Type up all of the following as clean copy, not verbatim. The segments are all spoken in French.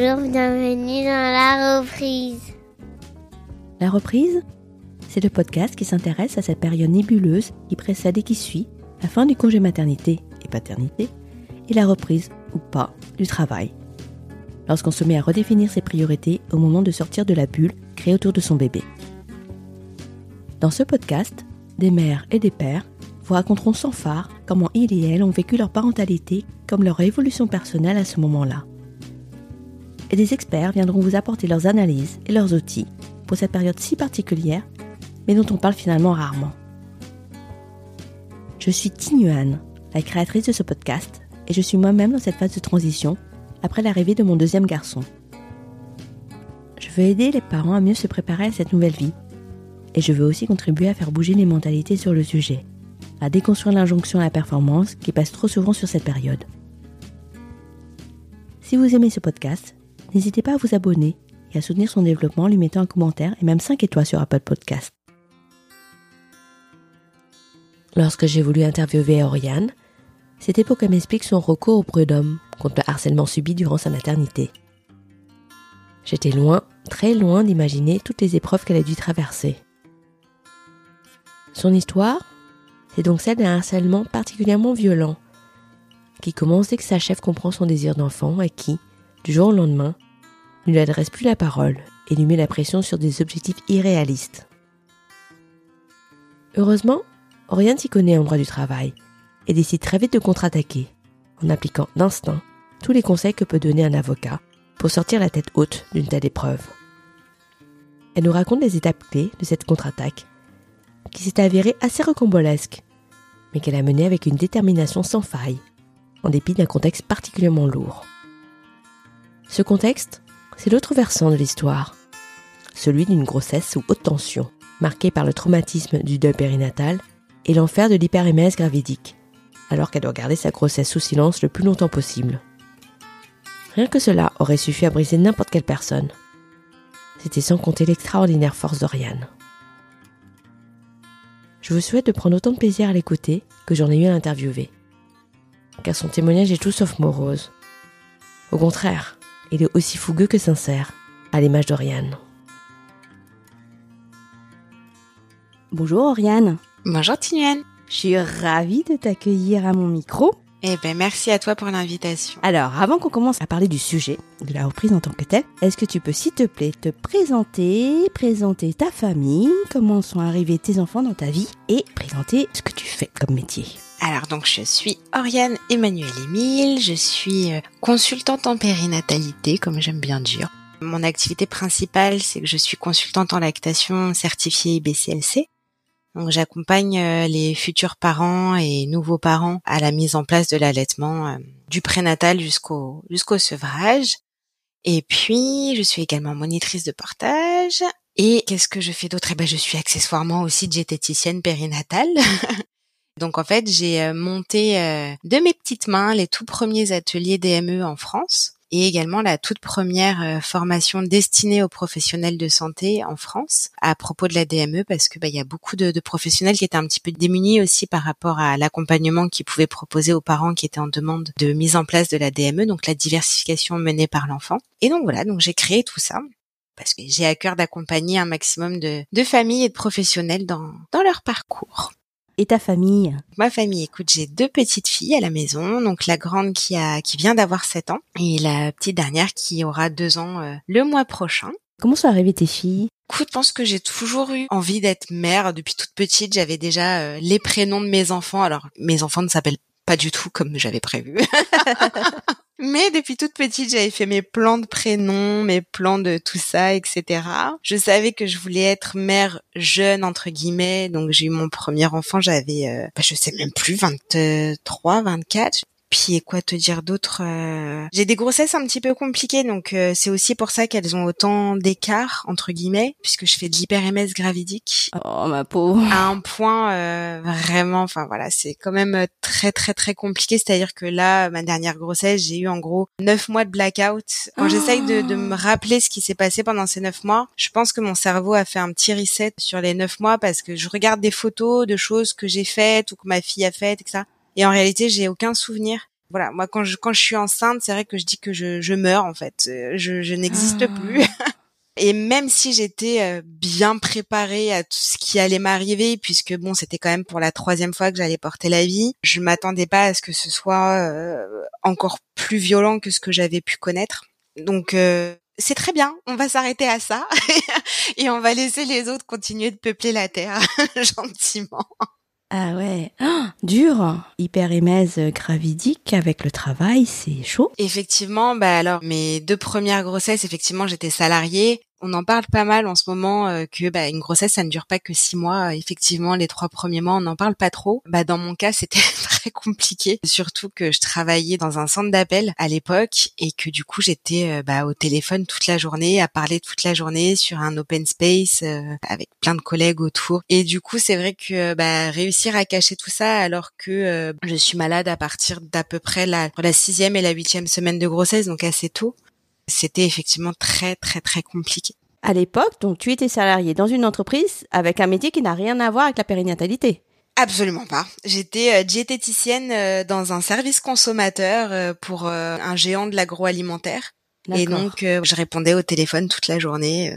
bienvenue dans la reprise. La reprise, c'est le podcast qui s'intéresse à cette période nébuleuse qui précède et qui suit la fin du congé maternité et paternité et la reprise, ou pas, du travail. Lorsqu'on se met à redéfinir ses priorités au moment de sortir de la bulle créée autour de son bébé. Dans ce podcast, des mères et des pères vous raconteront sans phare comment ils et elles ont vécu leur parentalité comme leur évolution personnelle à ce moment-là. Et des experts viendront vous apporter leurs analyses et leurs outils pour cette période si particulière, mais dont on parle finalement rarement. Je suis Tinuan, la créatrice de ce podcast, et je suis moi-même dans cette phase de transition après l'arrivée de mon deuxième garçon. Je veux aider les parents à mieux se préparer à cette nouvelle vie, et je veux aussi contribuer à faire bouger les mentalités sur le sujet, à déconstruire l'injonction à la performance qui passe trop souvent sur cette période. Si vous aimez ce podcast, n'hésitez pas à vous abonner et à soutenir son développement en lui mettant un commentaire et même 5 étoiles sur Apple Podcast. Lorsque j'ai voulu interviewer Oriane, c'était pour qu'elle m'explique son recours au prud'homme contre le harcèlement subi durant sa maternité. J'étais loin, très loin d'imaginer toutes les épreuves qu'elle a dû traverser. Son histoire, c'est donc celle d'un harcèlement particulièrement violent, qui commence dès que sa chef comprend son désir d'enfant et qui, du jour au lendemain, ne lui adresse plus la parole et lui met la pression sur des objectifs irréalistes. Heureusement, Oriane s'y connaît en droit du travail et décide très vite de contre-attaquer, en appliquant d'instinct tous les conseils que peut donner un avocat pour sortir la tête haute d'une telle épreuve. Elle nous raconte les étapes clés de cette contre-attaque, qui s'est avérée assez rocambolesque, mais qu'elle a menée avec une détermination sans faille, en dépit d'un contexte particulièrement lourd. Ce contexte, c'est l'autre versant de l'histoire, celui d'une grossesse sous haute tension, marquée par le traumatisme du deuil périnatal et l'enfer de l'hyperémèse gravidique, alors qu'elle doit garder sa grossesse sous silence le plus longtemps possible. Rien que cela aurait suffi à briser n'importe quelle personne. C'était sans compter l'extraordinaire force d'Oriane. Je vous souhaite de prendre autant de plaisir à l'écouter que j'en ai eu à l'interviewer, car son témoignage est tout sauf morose. Au contraire, il est aussi fougueux que sincère, à l'image d'Oriane. Bonjour Oriane. Bonjour Tinuan. Je suis ravie de t'accueillir à mon micro. Merci à toi pour l'invitation. Alors, avant qu'on commence à parler du sujet, de la reprise en tant que telle, est-ce que tu peux, s'il te plaît, te présenter ta famille, comment sont arrivés tes enfants dans ta vie et présenter ce que tu fais comme métier? Alors donc je suis Oriane Emmanuel-Émile, je suis consultante en périnatalité, comme j'aime bien dire. Mon activité principale, c'est que je suis consultante en lactation certifiée IBCLC. Donc j'accompagne les futurs parents et nouveaux parents à la mise en place de l'allaitement du prénatal jusqu'au sevrage. Et puis je suis également monitrice de portage. Et qu'est-ce que je fais d'autre? Je suis accessoirement aussi diététicienne périnatale. Donc en fait, j'ai monté de mes petites mains les tout premiers ateliers DME en France et également la toute première formation destinée aux professionnels de santé en France à propos de la DME parce que il y a beaucoup de professionnels qui étaient un petit peu démunis aussi par rapport à l'accompagnement qu'ils pouvaient proposer aux parents qui étaient en demande de mise en place de la DME, donc la diversification menée par l'enfant. Et donc voilà, donc j'ai créé tout ça parce que j'ai à cœur d'accompagner un maximum de familles et de professionnels dans leur parcours. Et ta famille? Ma famille, écoute, j'ai 2 petites filles à la maison, donc la grande qui vient d'avoir 7 ans et la petite dernière qui aura 2 ans le mois prochain. Comment sont arrivées tes filles? Écoute, je pense que j'ai toujours eu envie d'être mère depuis toute petite. J'avais déjà les prénoms de mes enfants. Alors, mes enfants ne s'appellent pas du tout comme j'avais prévu. Mais depuis toute petite, j'avais fait mes plans de prénoms, mes plans de tout ça, etc. Je savais que je voulais être mère jeune, entre guillemets. Donc, j'ai eu mon premier enfant, j'avais, je sais même plus, 23, 24. Puis quoi te dire d'autre? J'ai des grossesses un petit peu compliquées, donc c'est aussi pour ça qu'elles ont autant d'écart entre guillemets, puisque je fais de l'hyperémèse gravidique. Oh ma pauvre. À un point vraiment, enfin voilà, c'est quand même très très très compliqué. C'est-à-dire que là, ma dernière grossesse, j'ai eu en gros 9 mois de blackout. Quand j'essaye de me rappeler ce qui s'est passé pendant ces 9 mois, je pense que mon cerveau a fait un petit reset sur les 9 mois parce que je regarde des photos de choses que j'ai faites ou que ma fille a faites, etc. Et en réalité, j'ai aucun souvenir Voilà, moi quand je suis enceinte, c'est vrai que je dis que je meurs en fait. Je n'existe plus. Et même si j'étais bien préparée à tout ce qui allait m'arriver, puisque bon, c'était quand même pour la 3e fois que j'allais porter la vie, je m'attendais pas à ce que ce soit encore plus violent que ce que j'avais pu connaître. Donc c'est très bien, on va s'arrêter à ça et on va laisser les autres continuer de peupler la terre gentiment. Ah ouais, dur, hyperémèse gravidique avec le travail, c'est chaud. Effectivement, alors mes 2 premières grossesses, effectivement, j'étais salariée. On en parle pas mal en ce moment que une grossesse ça ne dure pas que 6 mois. Effectivement, les 3 premiers mois, on n'en parle pas trop. Dans mon cas, c'était très compliqué, surtout que je travaillais dans un centre d'appel à l'époque et que du coup, j'étais au téléphone toute la journée, à parler toute la journée sur un open space avec plein de collègues autour. Et du coup, c'est vrai que réussir à cacher tout ça alors que je suis malade à partir d'à peu près la 6e et la 8e semaine de grossesse, donc assez tôt. C'était effectivement très, très, très compliqué. À l'époque, donc tu étais salariée dans une entreprise avec un métier qui n'a rien à voir avec la périnatalité. Absolument pas. J'étais diététicienne dans un service consommateur pour un géant de l'agroalimentaire. D'accord. Et donc, je répondais au téléphone toute la journée.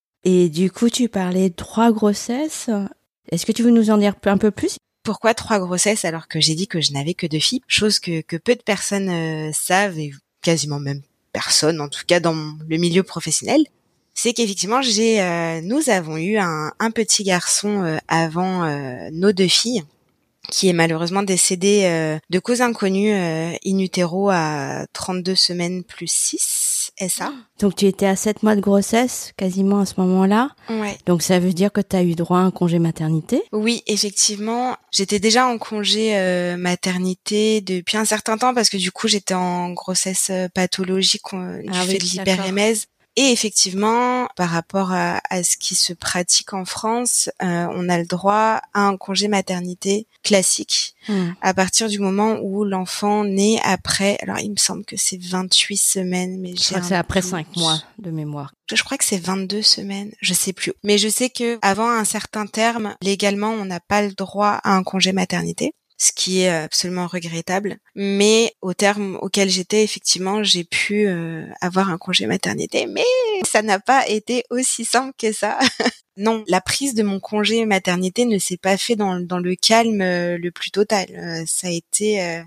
Et du coup, tu parlais de 3 grossesses. Est-ce que tu veux nous en dire un peu plus ? Pourquoi 3 grossesses alors que j'ai dit que je n'avais que 2 filles ? Chose que peu de personnes savent et quasiment même personne, en tout cas dans le milieu professionnel, c'est qu'effectivement nous avons eu un petit garçon avant nos 2 filles, qui est malheureusement décédé de cause inconnue in utero à 32 semaines plus 6 SA. Donc tu étais à 7 mois de grossesse quasiment à ce moment-là. Ouais. Donc ça veut dire que tu as eu droit à un congé maternité. Oui, effectivement, j'étais déjà en congé maternité depuis un certain temps parce que du coup j'étais en grossesse pathologique du fait de l'hyperémèse. Et effectivement, par rapport à ce qui se pratique en France, on a le droit à un congé maternité classique à partir du moment où l'enfant naît après, alors il me semble que c'est 28 semaines, mais je crois que c'est après 5 mois de mémoire. Je crois que c'est 22 semaines, je sais plus. Mais je sais que avant un certain terme, légalement, on n'a pas le droit à un congé maternité, ce qui est absolument regrettable. Mais au terme auquel j'étais, effectivement, j'ai pu avoir un congé maternité, mais ça n'a pas été aussi simple que ça. Non, la prise de mon congé maternité ne s'est pas fait dans le calme le plus total. Ça a été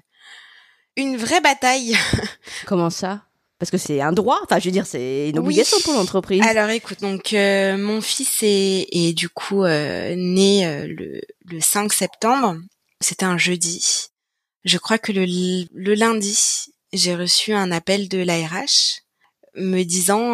une vraie bataille. Comment ça ? Parce que c'est un droit, enfin je veux dire c'est une obligation pour l'entreprise. Alors écoute, donc mon fils est du coup né le 5 septembre. C'était un jeudi. Je crois que le lundi, j'ai reçu un appel de l'ARH me disant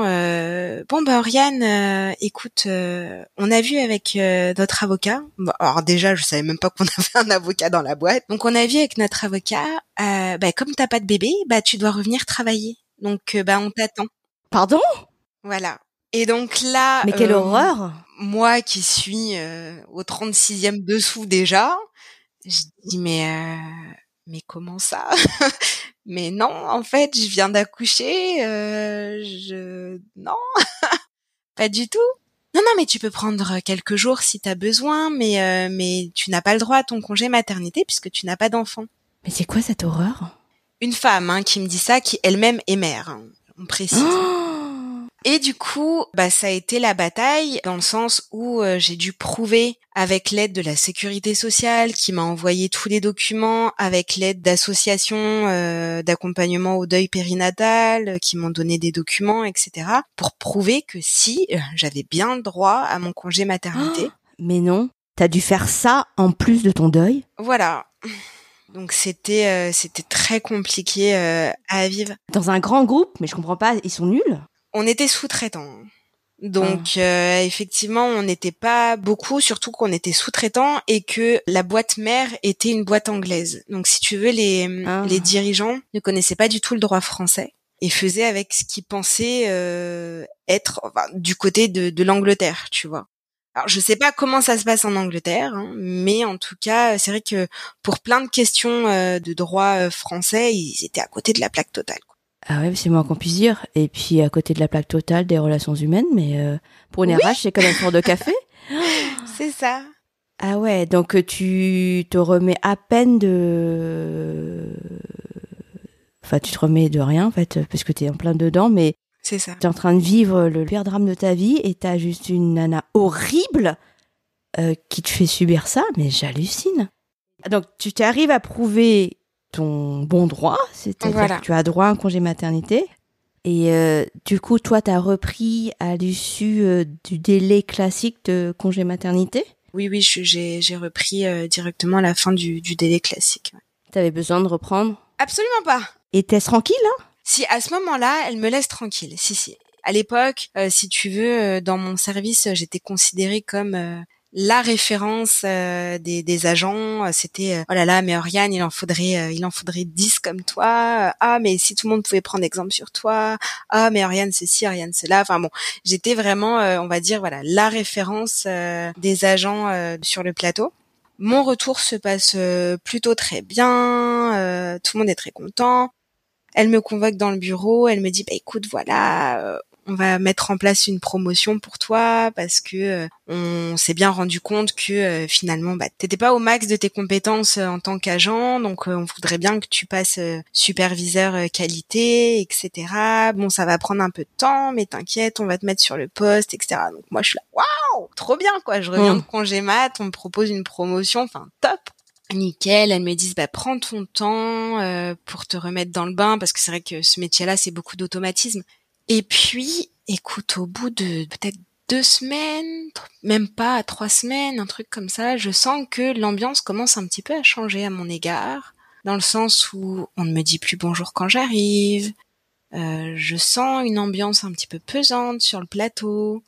Oriane, écoute, on a vu avec notre avocat. Bon, alors déjà, je savais même pas qu'on avait un avocat dans la boîte. Donc on a vu avec notre avocat, comme t'as pas de bébé, tu dois revenir travailler. Donc on t'attend. Pardon ? Voilà. Et donc là, mais quelle horreur ! Moi qui suis au 36e dessous déjà, je dis mais comment ça ? Mais non, en fait, je viens d'accoucher, non, pas du tout. Non, mais tu peux prendre quelques jours si t'as besoin, mais tu n'as pas le droit à ton congé maternité puisque tu n'as pas d'enfant. Mais c'est quoi cette horreur ? Une femme qui me dit ça, qui elle-même est mère, on précise. Et du coup, ça a été la bataille dans le sens où j'ai dû prouver avec l'aide de la sécurité sociale qui m'a envoyé tous les documents, avec l'aide d'associations d'accompagnement au deuil périnatal qui m'ont donné des documents, etc. pour prouver que si j'avais bien le droit à mon congé maternité. Mais non, t'as dû faire ça en plus de ton deuil ? Voilà. Donc c'était très compliqué à vivre. Dans un grand groupe, mais je comprends pas, ils sont nuls ? On était sous-traitants. Donc effectivement, on n'était pas beaucoup, surtout qu'on était sous-traitants et que la boîte mère était une boîte anglaise. Donc si tu veux, les dirigeants ne connaissaient pas du tout le droit français et faisaient avec ce qu'ils pensaient être du côté de l'Angleterre, tu vois. Alors je sais pas comment ça se passe en Angleterre, mais en tout cas, c'est vrai que pour plein de questions de droit français, ils étaient à côté de la plaque totale. Ah ouais, c'est moins qu'on puisse dire. Et puis à côté de la plaque totale des relations humaines, mais pour une RH, c'est comme un tour de café. C'est ça. Ah ouais, donc tu te remets à peine de Enfin, tu te remets de rien, en fait, parce que t'es en plein dedans, mais C'est ça. t'es en train de vivre le pire drame de ta vie et t'as juste une nana horrible qui te fait subir ça, mais j'hallucine. Donc, tu t'arrives à prouver ton bon droit, c'est-à-dire que tu as droit à un congé maternité. Et du coup, toi, t'as repris à l'issue du délai classique de congé maternité ? Oui, j'ai repris directement à la fin du délai classique. Ouais. T'avais besoin de reprendre ? Absolument pas. Et t'es tranquille, hein ? Si, à ce moment-là, elle me laisse tranquille. Si. À l'époque, si tu veux, dans mon service, j'étais considérée comme la référence des agents. C'était oh là là, mais Oriane, il en faudrait 10 comme toi. Ah, mais si tout le monde pouvait prendre exemple sur toi. Ah, mais Oriane ceci, Oriane cela. Enfin bon, j'étais vraiment, on va dire, voilà, la référence des agents sur le plateau. Mon retour se passe plutôt très bien. Tout le monde est très content. Elle me convoque dans le bureau, elle me dit écoute voilà, on va mettre en place une promotion pour toi parce que on s'est bien rendu compte que finalement t'étais pas au max de tes compétences en tant qu'agent, donc on voudrait bien que tu passes superviseur qualité, etc. Bon, ça va prendre un peu de temps, mais t'inquiète, on va te mettre sur le poste, etc. Donc moi je suis là waouh, trop bien quoi, je reviens de congé mat, on me propose une promotion, enfin top. Nickel, elles me disent prends ton temps pour te remettre dans le bain parce que c'est vrai que ce métier-là c'est beaucoup d'automatisme. Et puis, écoute, au bout de peut-être 2 semaines, même pas 3 semaines, un truc comme ça, je sens que l'ambiance commence un petit peu à changer à mon égard, dans le sens où on ne me dit plus bonjour quand j'arrive. Je sens une ambiance un petit peu pesante sur le plateau.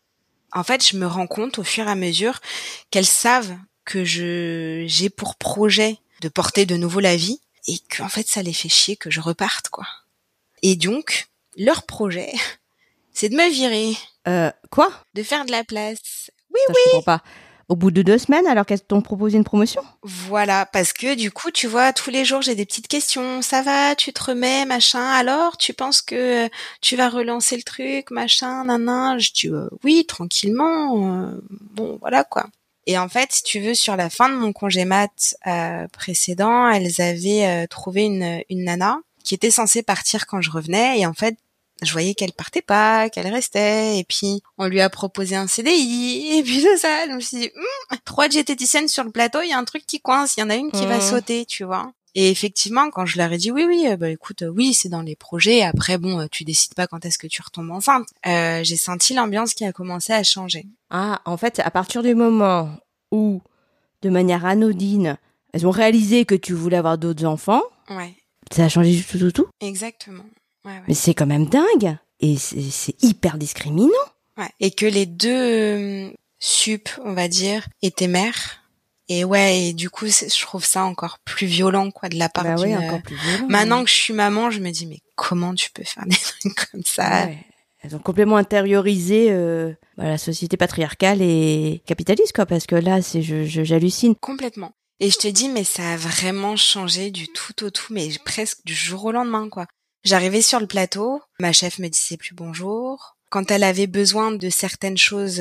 En fait, je me rends compte au fur et à mesure qu'elles savent que j'ai pour projet de porter de nouveau la vie et qu'en fait ça les fait chier que je reparte quoi. Et donc leur projet c'est de me virer. Quoi ? De faire de la place. Je comprends pas. Au bout de 2 semaines, alors qu'elles t'ont proposé une promotion ? Voilà, parce que du coup, tu vois, tous les jours, j'ai des petites questions. Ça va, tu te remets, machin. Alors, tu penses que tu vas relancer le truc, machin, nanan. Je dis oui, tranquillement. Bon, voilà quoi. Et en fait, si tu veux, sur la fin de mon congé mat précédent, elles avaient trouvé une nana qui était censée partir quand je revenais. Et en fait, je voyais qu'elle partait pas, qu'elle restait. Et puis, on lui a proposé un CDI. Et puis c'est ça. Je me suis dit, 3 diététiciennes sur le plateau, il y a un truc qui coince. Il y en a une qui va sauter, tu vois. Et effectivement, quand je leur ai dit oui, écoute, oui, c'est dans les projets. Après, bon, tu décides pas quand est-ce que tu retombes enceinte. J'ai senti l'ambiance qui a commencé à changer. Ah, en fait, à partir du moment où, de manière anodine, elles ont réalisé que tu voulais avoir d'autres enfants, Ouais. ça a changé du tout. Exactement. Ouais. Mais c'est quand même dingue. Et c'est hyper discriminant. Ouais. Et que les deux sup, on va dire, étaient mères. Et ouais, et du coup, je trouve ça encore plus violent, quoi, de la part d'une... Oui, encore plus violent. Maintenant que je suis maman, je me dis, mais comment tu peux faire des trucs comme ça ? Ouais. Elles ont complètement intériorisé la société patriarcale et capitaliste, quoi, parce que là, j'hallucine. Complètement. Et je te dis, mais ça a vraiment changé du tout au tout, mais presque du jour au lendemain, quoi. J'arrivais sur le plateau, ma chef me disait plus bonjour. Quand elle avait besoin de certaines choses,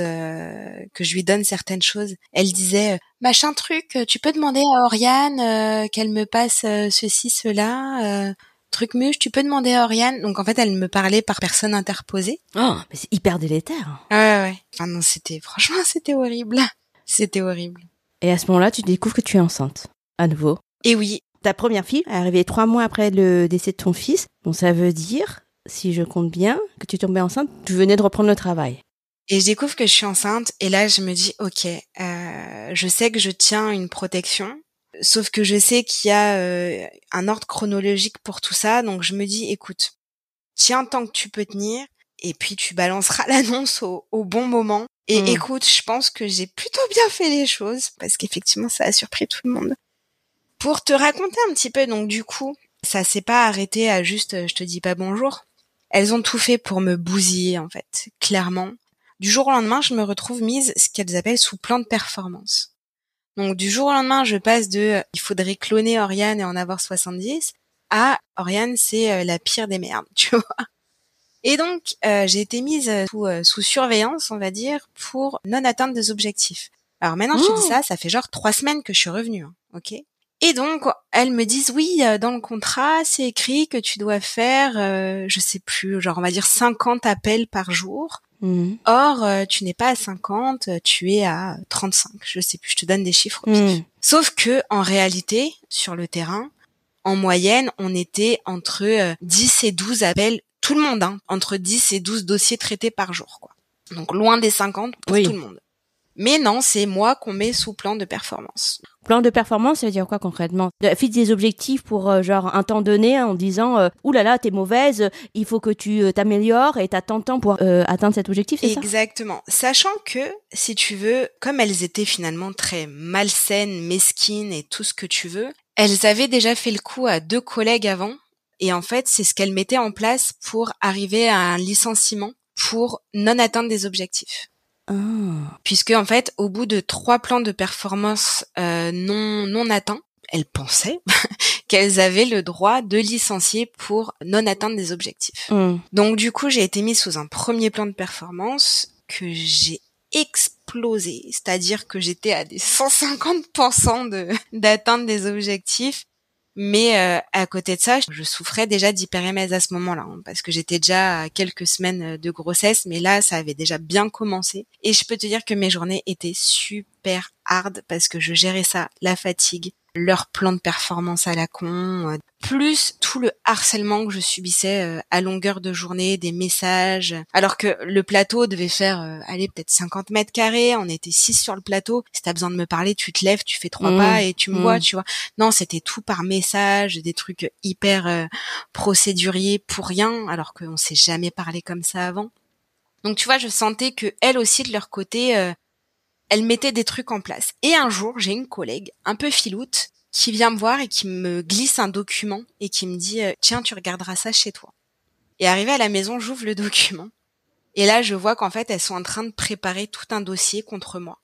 que je lui donne certaines choses, elle disait machin truc, tu peux demander à Oriane qu'elle me passe ceci, cela, truc muche, tu peux demander à Oriane. Donc en fait, elle me parlait par personne interposée. Oh, mais c'est hyper délétère. Ouais. Enfin non, franchement, c'était horrible. C'était horrible. Et à ce moment-là, tu découvres que tu es enceinte, à nouveau. Et oui. Ta première fille est arrivée 3 mois après le décès de ton fils. Donc ça veut dire, si je compte bien, que tu tombais enceinte, tu venais de reprendre le travail. Et je découvre que je suis enceinte et là je me dis ok, je sais que je tiens une protection, sauf que je sais qu'il y a un ordre chronologique pour tout ça, donc je me dis écoute, tiens tant que tu peux tenir et puis tu balanceras l'annonce au bon moment. Et écoute, je pense que j'ai plutôt bien fait les choses parce qu'effectivement ça a surpris tout le monde. Pour te raconter un petit peu, donc du coup, ça s'est pas arrêté à juste je te dis pas bonjour. Elles ont tout fait pour me bousiller en fait, clairement. Du jour au lendemain, je me retrouve mise ce qu'elles appellent sous plan de performance. Donc du jour au lendemain, je passe de il faudrait cloner Oriane et en avoir 70 à Oriane c'est la pire des merdes, tu vois. Et donc j'ai été mise sous surveillance, on va dire, pour non atteinte des objectifs. Alors maintenant je te dis ça fait genre 3 semaines que je suis revenue, hein, ok ? Et donc, elles me disent, oui, dans le contrat, c'est écrit que tu dois faire, je sais plus, genre on va dire 50 appels par jour. Or, tu n'es pas à 50, tu es à 35. Je sais plus, je te donne des chiffres au pif. Sauf que, en réalité, sur le terrain, en moyenne, on était entre 10 et 12 appels, tout le monde, hein, entre 10 et 12 dossiers traités par jour, quoi. Donc, loin des 50 pour tout le monde. Mais non, c'est moi qu'on met sous plan de performance. Plan de performance, ça veut dire quoi concrètement? Fixe des objectifs pour genre un temps donné en disant « Ouh là là, t'es mauvaise, il faut que tu t'améliores et t'as tant de temps pour atteindre cet objectif », c'est ça? Exactement. Sachant que, si tu veux, comme elles étaient finalement très malsaines, mesquines et tout ce que tu veux, elles avaient déjà fait le coup à 2 collègues avant. Et en fait, c'est ce qu'elles mettaient en place pour arriver à un licenciement pour non-atteinte des objectifs. Puisque en fait, au bout de 3 plans de performance non atteints, elles pensaient qu'elles avaient le droit de licencier pour non atteinte des objectifs. Donc du coup, j'ai été mise sous un premier plan de performance que j'ai explosé, c'est-à-dire que j'étais à des 150% d'atteinte des objectifs. Mais à côté de ça, je souffrais déjà d'hyperémèse à ce moment-là, hein, parce que j'étais déjà à quelques semaines de grossesse, mais là, ça avait déjà bien commencé. Et je peux te dire que mes journées étaient super hard parce que je gérais ça, la fatigue, leur plan de performance à la con, plus tout le harcèlement que je subissais à longueur de journée, des messages, alors que le plateau devait faire, peut-être 50 mètres carrés, on était 6 sur le plateau, si t'as besoin de me parler, tu te lèves, tu fais 3 pas et tu me vois, tu vois. Non, c'était tout par message, des trucs hyper procéduriers pour rien, alors qu'on s'est jamais parlé comme ça avant. Donc tu vois, je sentais que elles aussi, de leur côté, elles mettaient des trucs en place. Et un jour, j'ai une collègue un peu filoute qui vient me voir et qui me glisse un document et qui me dit « Tiens, tu regarderas ça chez toi ». Et arrivée à la maison, j'ouvre le document. Et là, je vois qu'en fait, elles sont en train de préparer tout un dossier contre moi.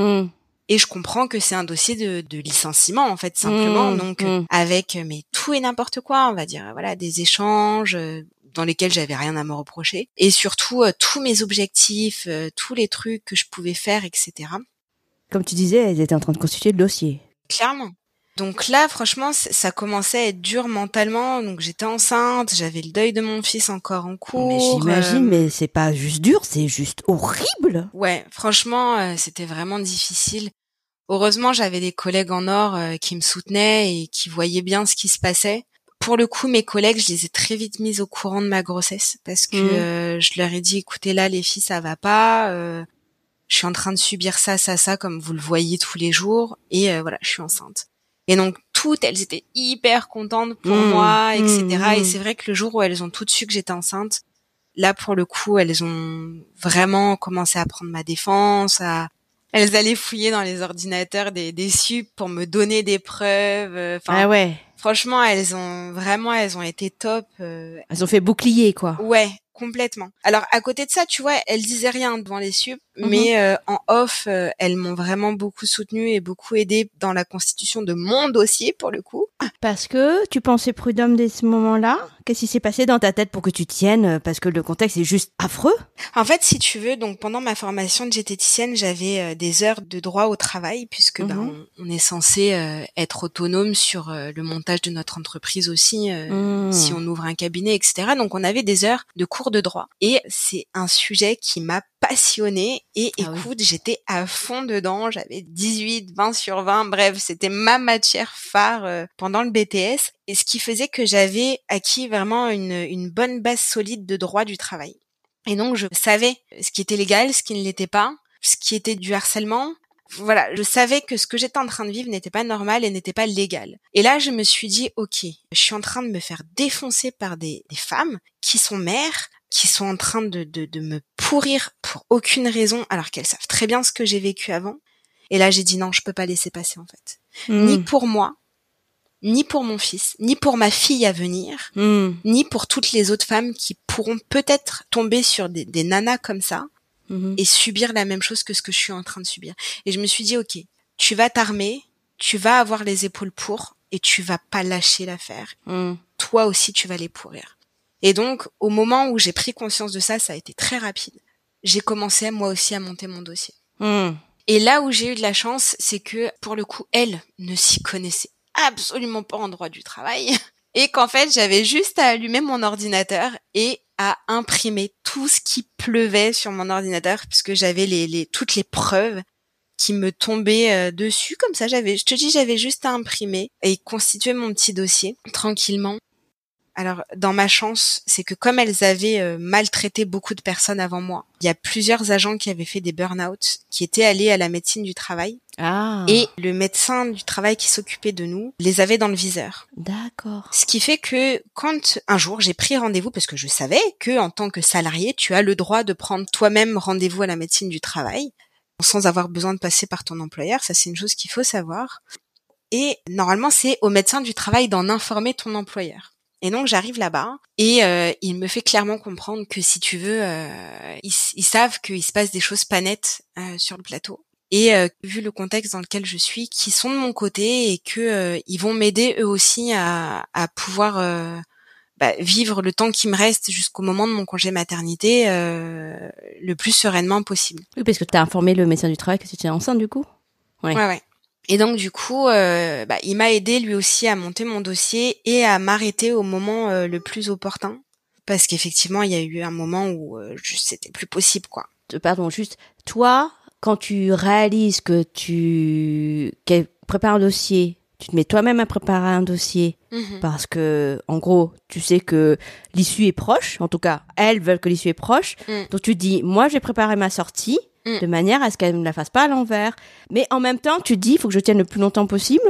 Et je comprends que c'est un dossier de licenciement, en fait, simplement. Donc, avec mais tout et n'importe quoi, on va dire, voilà, des échanges dans lesquels j'avais rien à me reprocher. Et surtout, tous mes objectifs, tous les trucs que je pouvais faire, etc. Comme tu disais, elles étaient en train de constituer le dossier. Clairement. Donc là, franchement, ça commençait à être dur mentalement. Donc j'étais enceinte, j'avais le deuil de mon fils encore en cours. Mais j'imagine, mais c'est pas juste dur, c'est juste horrible. Ouais, franchement, c'était vraiment difficile. Heureusement, j'avais des collègues en or qui me soutenaient et qui voyaient bien ce qui se passait. Pour le coup, mes collègues, je les ai très vite mises au courant de ma grossesse parce que je leur ai dit, écoutez, là, les filles, ça va pas. Je suis en train de subir ça, comme vous le voyez tous les jours. Et voilà, je suis enceinte. Et donc, toutes, elles étaient hyper contentes pour moi, etc. Et c'est vrai que le jour où elles ont toutes su que j'étais enceinte, là, pour le coup, elles ont vraiment commencé à prendre ma défense, elles allaient fouiller dans les ordinateurs des sup pour me donner des preuves. Ah ouais. Franchement, elles ont été top. Elles ont fait bouclier, quoi. Ouais, complètement. Alors, à côté de ça, tu vois, elles disaient rien devant les sup, mais en off, elles m'ont vraiment beaucoup soutenue et beaucoup aidée dans la constitution de mon dossier, pour le coup. Parce que tu pensais prud'homme dès ce moment-là? Qu'est-ce qui s'est passé dans ta tête pour que tu tiennes? Parce que le contexte est juste affreux. En fait, si tu veux, donc pendant ma formation de diététicienne, j'avais des heures de droit au travail, puisque on est censé être autonome sur le montage de notre entreprise aussi, si on ouvre un cabinet, etc. Donc on avait des heures de cours de droit. Et c'est un sujet qui m'a passionnée et écoute, j'étais à fond dedans, j'avais 18, 20 sur 20, bref, c'était ma matière phare pendant le BTS et ce qui faisait que j'avais acquis vraiment une bonne base solide de droit du travail. Et donc je savais ce qui était légal, ce qui ne l'était pas, ce qui était du harcèlement. Voilà, je savais que ce que j'étais en train de vivre n'était pas normal et n'était pas légal. Et là, je me suis dit, ok, je suis en train de me faire défoncer par des femmes qui sont mères, qui sont en train de me pourrir pour aucune raison, alors qu'elles savent très bien ce que j'ai vécu avant. Et là, j'ai dit non, je peux pas laisser passer, en fait. Ni pour moi, ni pour mon fils, ni pour ma fille à venir, ni pour toutes les autres femmes qui pourront peut-être tomber sur des nanas comme ça et subir la même chose que ce que je suis en train de subir. Et je me suis dit, ok, tu vas t'armer, tu vas avoir les épaules pour, et tu vas pas lâcher l'affaire. Toi aussi, tu vas les pourrir. Et donc, au moment où j'ai pris conscience de ça, ça a été très rapide. J'ai commencé, moi aussi, à monter mon dossier. Et là où j'ai eu de la chance, c'est que, pour le coup, elles ne s'y connaissaient absolument pas en droit du travail et qu'en fait, j'avais juste à allumer mon ordinateur et à imprimer tout ce qui pleuvait sur mon ordinateur puisque j'avais toutes les preuves qui me tombaient dessus comme ça. J'avais juste à imprimer et constituer mon petit dossier tranquillement. Alors, dans ma chance, c'est que comme elles avaient maltraité beaucoup de personnes avant moi, il y a plusieurs agents qui avaient fait des burn-out, qui étaient allés à la médecine du travail. Ah. Et le médecin du travail qui s'occupait de nous les avait dans le viseur. D'accord. Ce qui fait que quand un jour j'ai pris rendez-vous, parce que je savais que en tant que salarié, tu as le droit de prendre toi-même rendez-vous à la médecine du travail, sans avoir besoin de passer par ton employeur, ça c'est une chose qu'il faut savoir. Et normalement, c'est au médecin du travail d'en informer ton employeur. Et donc j'arrive là-bas et il me fait clairement comprendre que si tu veux, ils savent qu'il se passe des choses pas nettes sur le plateau. Et vu le contexte dans lequel je suis, qui sont de mon côté et que ils vont m'aider eux aussi à pouvoir vivre le temps qui me reste jusqu'au moment de mon congé maternité le plus sereinement possible. Oui, parce que tu as informé le médecin du travail que tu étais enceinte du coup. Ouais. Et donc du coup, il m'a aidé lui aussi à monter mon dossier et à m'arrêter au moment le plus opportun, parce qu'effectivement il y a eu un moment où c'était plus possible quoi. Pardon, juste toi, quand tu réalises que qu'elle prépare un dossier, tu te mets toi-même à préparer un dossier parce que en gros tu sais que l'issue est proche, en tout cas elles veulent que l'issue est proche, donc tu te dis moi je vais préparer ma sortie. De manière à ce qu'elle ne la fasse pas à l'envers. Mais en même temps, tu te dis, il faut que je tienne le plus longtemps possible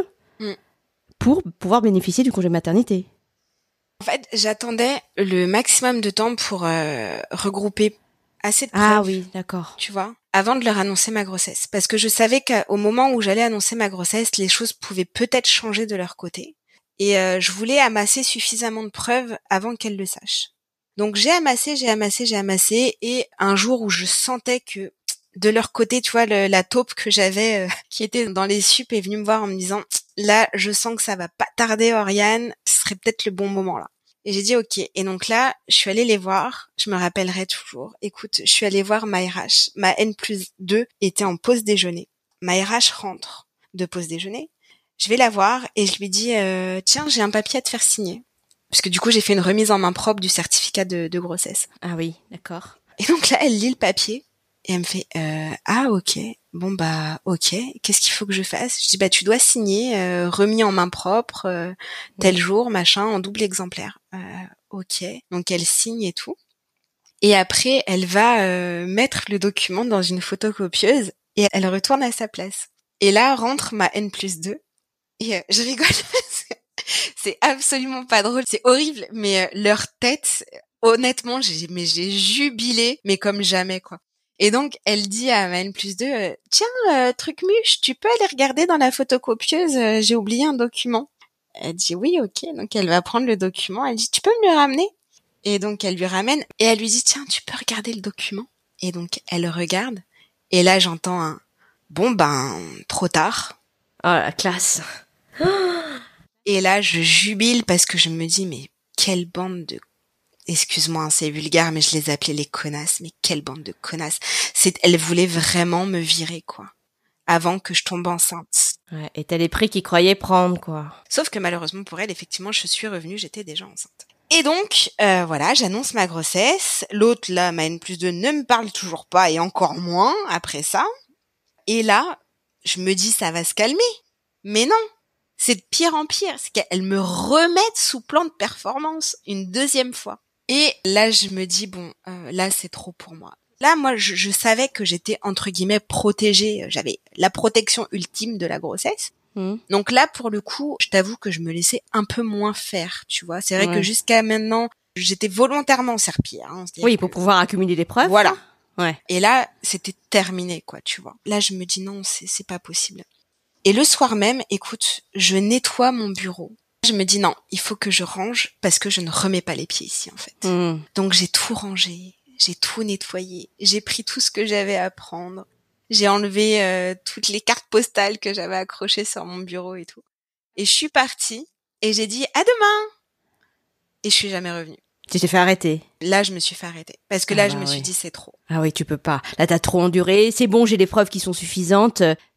pour pouvoir bénéficier du congé maternité. En fait, j'attendais le maximum de temps pour regrouper assez de preuves. Ah oui, d'accord. Tu vois, avant de leur annoncer ma grossesse. Parce que je savais qu'au moment où j'allais annoncer ma grossesse, les choses pouvaient peut-être changer de leur côté. Et je voulais amasser suffisamment de preuves avant qu'elles le sachent. Donc j'ai amassé. Et un jour où je sentais que de leur côté, tu vois, la taupe que j'avais qui était dans les sup est venue me voir en me disant là, je sens que ça va pas tarder, Oriane, ce serait peut-être le bon moment là. Et j'ai dit ok. Et donc là, je suis allée les voir, je me rappellerai toujours. Écoute, je suis allée voir ma RH. Ma N+2 était en pause déjeuner. Ma RH rentre de pause déjeuner. Je vais la voir et je lui dis tiens, j'ai un papier à te faire signer. Parce que du coup, j'ai fait une remise en main propre du certificat de grossesse. Ah oui, d'accord. Et donc là, elle lit le papier. Et elle me fait ah ok, bon bah ok, qu'est-ce qu'il faut que je fasse? Je dis tu dois signer remis en main propre tel jour machin en double exemplaire. Ok, donc elle signe et tout. Et après elle va mettre le document dans une photocopieuse et elle retourne à sa place. Et là rentre ma N+2 et je rigole parce que c'est absolument pas drôle, c'est horrible, mais leur tête, honnêtement j'ai jubilé mais comme jamais quoi. Et donc, elle dit à ma N+2, tiens, Trucmuche, tu peux aller regarder dans la photocopieuse, j'ai oublié un document. Elle dit oui, ok. Donc, elle va prendre le document. Elle dit, tu peux me le ramener? Et donc, elle lui ramène et elle lui dit, tiens, tu peux regarder le document? Et donc, elle regarde. Et là, j'entends un, bon, trop tard. Oh, la classe. Et là, je jubile parce que je me dis, mais quelle bande de... Excuse-moi, c'est vulgaire, mais je les appelais les connasses. Mais quelle bande de connasses. Elle voulait vraiment me virer, quoi. Avant que je tombe enceinte. Ouais, et t'as les prix qu'ils croyaient prendre, quoi. Sauf que malheureusement pour elle, effectivement, je suis revenue, j'étais déjà enceinte. Et donc, voilà, j'annonce ma grossesse. L'autre, là, ma N+2, ne me parle toujours pas, et encore moins après ça. Et là, je me dis, ça va se calmer. Mais non, c'est de pire en pire. C'est qu'elle me remette sous plan de performance une deuxième fois. Et là, je me dis, bon, là, c'est trop pour moi. Là, moi, je savais que j'étais, entre guillemets, protégée. J'avais la protection ultime de la grossesse. Donc là, pour le coup, je t'avoue que je me laissais un peu moins faire, tu vois. C'est vrai que jusqu'à maintenant, j'étais volontairement serpillère. Hein, oui, pour pouvoir accumuler des preuves. Voilà. Ouais. Et là, c'était terminé, quoi, tu vois. Là, je me dis, non, c'est pas possible. Et le soir même, écoute, je nettoie mon bureau. Je me dis non, il faut que je range parce que je ne remets pas les pieds ici en fait. Donc j'ai tout rangé, j'ai tout nettoyé, j'ai pris tout ce que j'avais à prendre, j'ai enlevé toutes les cartes postales que j'avais accrochées sur mon bureau et tout. Et je suis partie et j'ai dit à demain. Et je suis jamais revenue. Tu t'es fait arrêter. Là, je me suis fait arrêter parce que là, je me suis dit c'est trop. Ah oui, tu peux pas. Là, t'as trop enduré. C'est bon, j'ai des preuves qui sont suffisantes.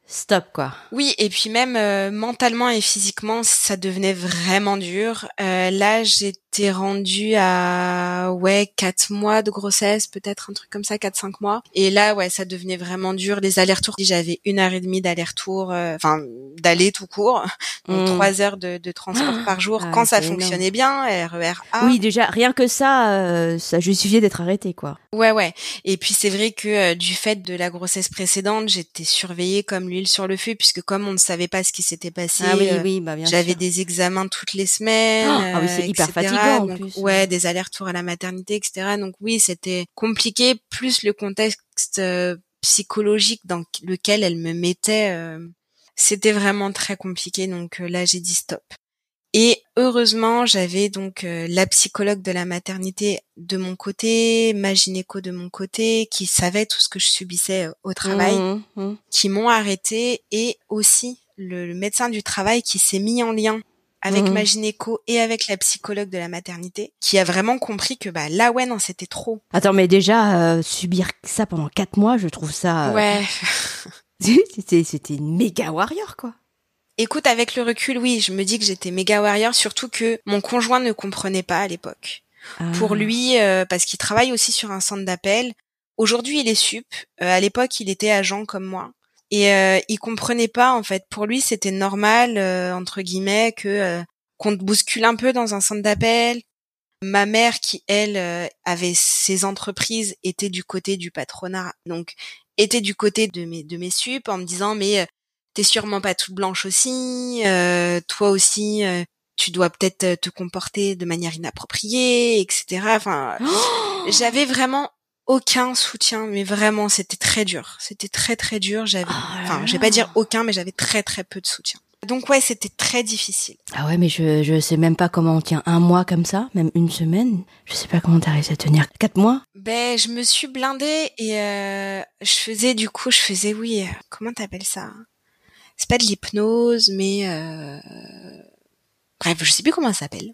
stop, quoi. Oui, et puis même mentalement et physiquement, ça devenait vraiment dur. Là, j'étais rendue à 4 mois de grossesse, peut-être un truc comme ça, 4-5 mois. Et là, ça devenait vraiment dur. Les allers-retours, j'avais 1h30 d'aller-retour, d'aller tout court. Donc 3 heures de transport par jour quand ça fonctionnait bien, RER A. Oui, déjà, rien que ça, ça justifiait d'être arrêté, quoi. Ouais. Et puis c'est vrai que du fait de la grossesse précédente, j'étais surveillée comme l'huile sur le feu, puisque comme on ne savait pas ce qui s'était passé, bien j'avais sûr. des examens toutes les semaines. Ah oui, c'est hyper etc. fatigant, Donc, en plus. des allers-retours à la maternité, etc. Donc oui, c'était compliqué, plus le contexte psychologique dans lequel elle me mettait, c'était vraiment très compliqué. Donc là, j'ai dit stop. Et heureusement, j'avais donc la psychologue de la maternité de mon côté, ma gynéco de mon côté, qui savait tout ce que je subissais au travail, qui m'ont arrêtée, et aussi le médecin du travail qui s'est mis en lien avec ma gynéco et avec la psychologue de la maternité, qui a vraiment compris que là, non, c'était trop. Attends, mais déjà, subir ça pendant 4 mois, je trouve ça... C'était une méga warrior, quoi. Écoute, avec le recul, oui, je me dis que j'étais méga warrior, surtout que mon conjoint ne comprenait pas à l'époque. Pour lui, parce qu'il travaille aussi sur un centre d'appel. Aujourd'hui, il est sup. À l'époque, il était agent comme moi. Et il comprenait pas, en fait. Pour lui, c'était normal, entre guillemets, que qu'on te bouscule un peu dans un centre d'appel. Ma mère, qui, elle, avait ses entreprises, était du côté du patronat. Donc, était du côté de mes sup, en me disant, mais... t'es sûrement pas toute blanche aussi, toi aussi, tu dois peut-être te comporter de manière inappropriée, etc. Enfin, j'avais vraiment aucun soutien, mais vraiment, c'était très dur. C'était très, très dur. Je vais pas dire aucun, mais j'avais très, très peu de soutien. Donc c'était très difficile. Ah ouais, mais je sais même pas comment on tient 1 mois comme ça, même 1 semaine. Je sais pas comment t'as réussi à tenir 4 mois. Je me suis blindée et je faisais, oui, comment t'appelles ça ? C'est pas de l'hypnose, mais bref, je sais plus comment ça s'appelle.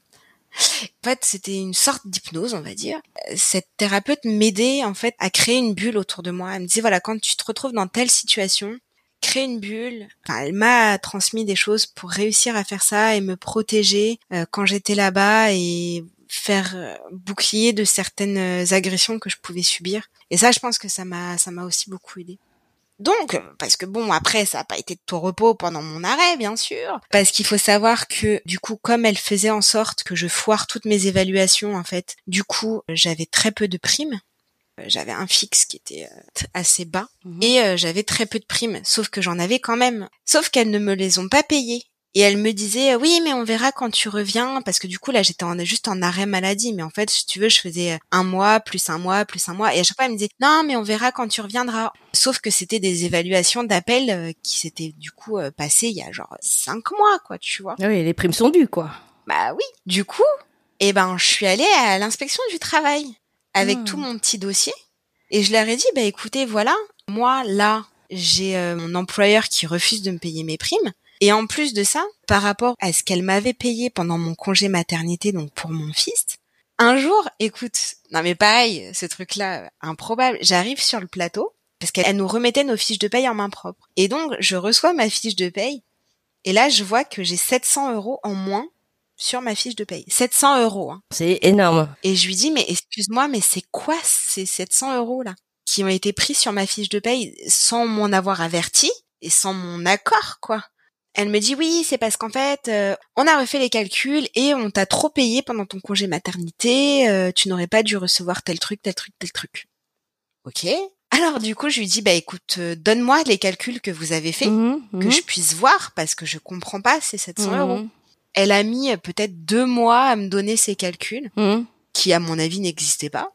En fait, c'était une sorte d'hypnose, on va dire. Cette thérapeute m'aidait en fait à créer une bulle autour de moi. Elle me disait voilà, quand tu te retrouves dans telle situation, crée une bulle. Enfin, elle m'a transmis des choses pour réussir à faire ça et me protéger quand j'étais là-bas et faire bouclier de certaines agressions que je pouvais subir. Et ça, je pense que ça m'a aussi beaucoup aidé. Donc, parce que après, ça n'a pas été de tout repos pendant mon arrêt, bien sûr. Parce qu'il faut savoir que, du coup, comme elle faisait en sorte que je foire toutes mes évaluations, en fait, du coup, j'avais très peu de primes. J'avais un fixe qui était assez bas. Et j'avais très peu de primes. Sauf que j'en avais quand même. Sauf qu'elles ne me les ont pas payées. Et elle me disait oui, mais on verra quand tu reviens, parce que du coup là j'étais juste en arrêt maladie, mais en fait si tu veux je faisais 1 mois plus 1 mois plus 1 mois, et à chaque fois elle me disait non mais on verra quand tu reviendras. Sauf que c'était des évaluations d'appel qui s'étaient du coup passées il y a genre 5 mois quoi, tu vois. Oui, les primes sont dues quoi. Bah oui. Du coup, je suis allée à l'inspection du travail avec tout mon petit dossier et je leur ai dit écoutez voilà, moi là j'ai mon employeur qui refuse de me payer mes primes. Et en plus de ça, par rapport à ce qu'elle m'avait payé pendant mon congé maternité, donc pour mon fils, un jour, écoute, non mais pareil, ce truc-là, improbable, j'arrive sur le plateau, parce qu'elle nous remettait nos fiches de paye en main propre. Et donc, je reçois ma fiche de paye, et là, je vois que j'ai 700 € en moins sur ma fiche de paye. 700 €, hein. C'est énorme. Et je lui dis, mais excuse-moi, mais c'est quoi ces 700 € là, qui ont été pris sur ma fiche de paye sans m'en avoir averti, et sans mon accord, quoi. Elle me dit oui, c'est parce qu'en fait, on a refait les calculs et on t'a trop payé pendant ton congé maternité, tu n'aurais pas dû recevoir tel truc, tel truc, tel truc. Ok. Alors du coup, je lui dis écoute, donne-moi les calculs que vous avez faits, que je puisse voir, parce que je comprends pas ces 700 €. Elle a mis peut-être 2 mois à me donner ces calculs, qui à mon avis n'existaient pas.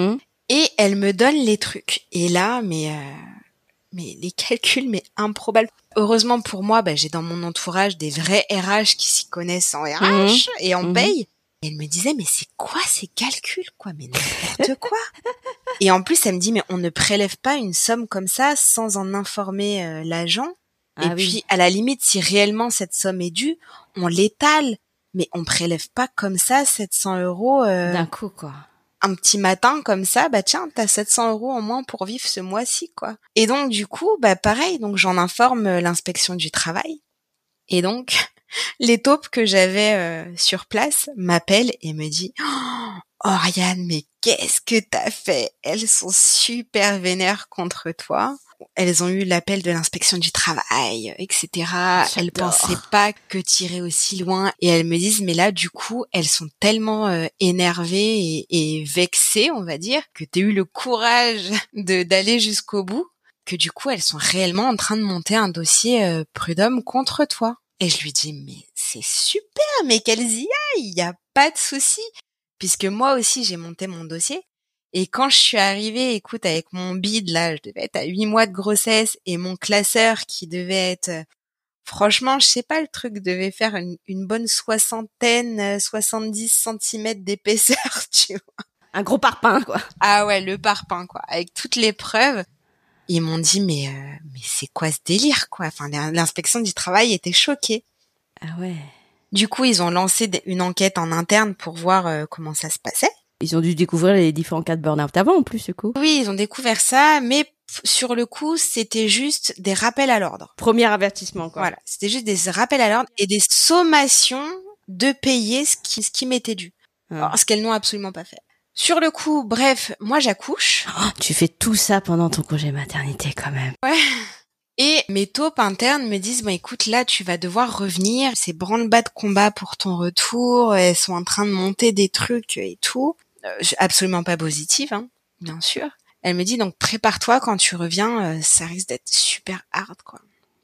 Et elle me donne les trucs. Et là, mais les calculs, mais improbables. Heureusement pour moi, j'ai dans mon entourage des vrais RH qui s'y connaissent en RH et en paye. Et elle me disait, mais c'est quoi ces calculs, quoi? Mais n'importe quoi. Et en plus, elle me dit, mais on ne prélève pas une somme comme ça sans en informer l'agent. Puis, à la limite, si réellement cette somme est due, on l'étale. Mais on prélève pas comme ça 700 € d'un coup, quoi. un petit matin comme ça, bah tiens, t'as 700 € en moins pour vivre ce mois-ci, quoi. Et donc du coup, bah pareil, donc j'en informe l'inspection du travail. Et donc les taupes que j'avais sur place m'appellent et me disent « Oriane, mais qu'est-ce que t'as fait ? Elles sont super vénères contre toi. » Elles ont eu l'appel de l'inspection du travail, etc. Elles pensaient pas que t'irais aussi loin. Et elles me disent, mais là, du coup, elles sont tellement énervées et vexées, on va dire, que t'as eu le courage d'aller jusqu'au bout, que du coup, elles sont réellement en train de monter un dossier prud'homme contre toi. Et je lui dis, mais c'est super, mais qu'elles y aillent, il y a pas de souci. Puisque moi aussi, j'ai monté mon dossier. Et quand je suis arrivée, écoute, avec mon bide, là, je devais être à 8 mois de grossesse et mon classeur qui devait être, franchement, je sais pas, le truc devait faire une bonne 70 centimètres d'épaisseur, tu vois. Un gros parpaing, quoi. Ah ouais, le parpaing, quoi. Avec toutes les preuves. Ils m'ont dit, mais c'est quoi ce délire, quoi? Enfin, l'inspection du travail était choquée. Ah ouais. Du coup, ils ont lancé une enquête en interne pour voir comment ça se passait. Ils ont dû découvrir les différents cas de burn-out avant, en plus, du coup. Oui, ils ont découvert ça, mais sur le coup, c'était juste des rappels à l'ordre. Premier avertissement, quoi. Voilà, c'était juste des rappels à l'ordre et des sommations de payer ce qui m'était dû. Alors, ce qu'elles n'ont absolument pas fait. Sur le coup, bref, moi j'accouche. Oh, tu fais tout ça pendant ton congé maternité, quand même. Ouais. Et mes taupes internes me disent, bon écoute, là tu vas devoir revenir, c'est branle-bas de combat pour ton retour, elles sont en train de monter des trucs et tout. Absolument pas positive, hein, bien sûr. Elle me dit, donc prépare-toi quand tu reviens, ça risque d'être super hard, quoi.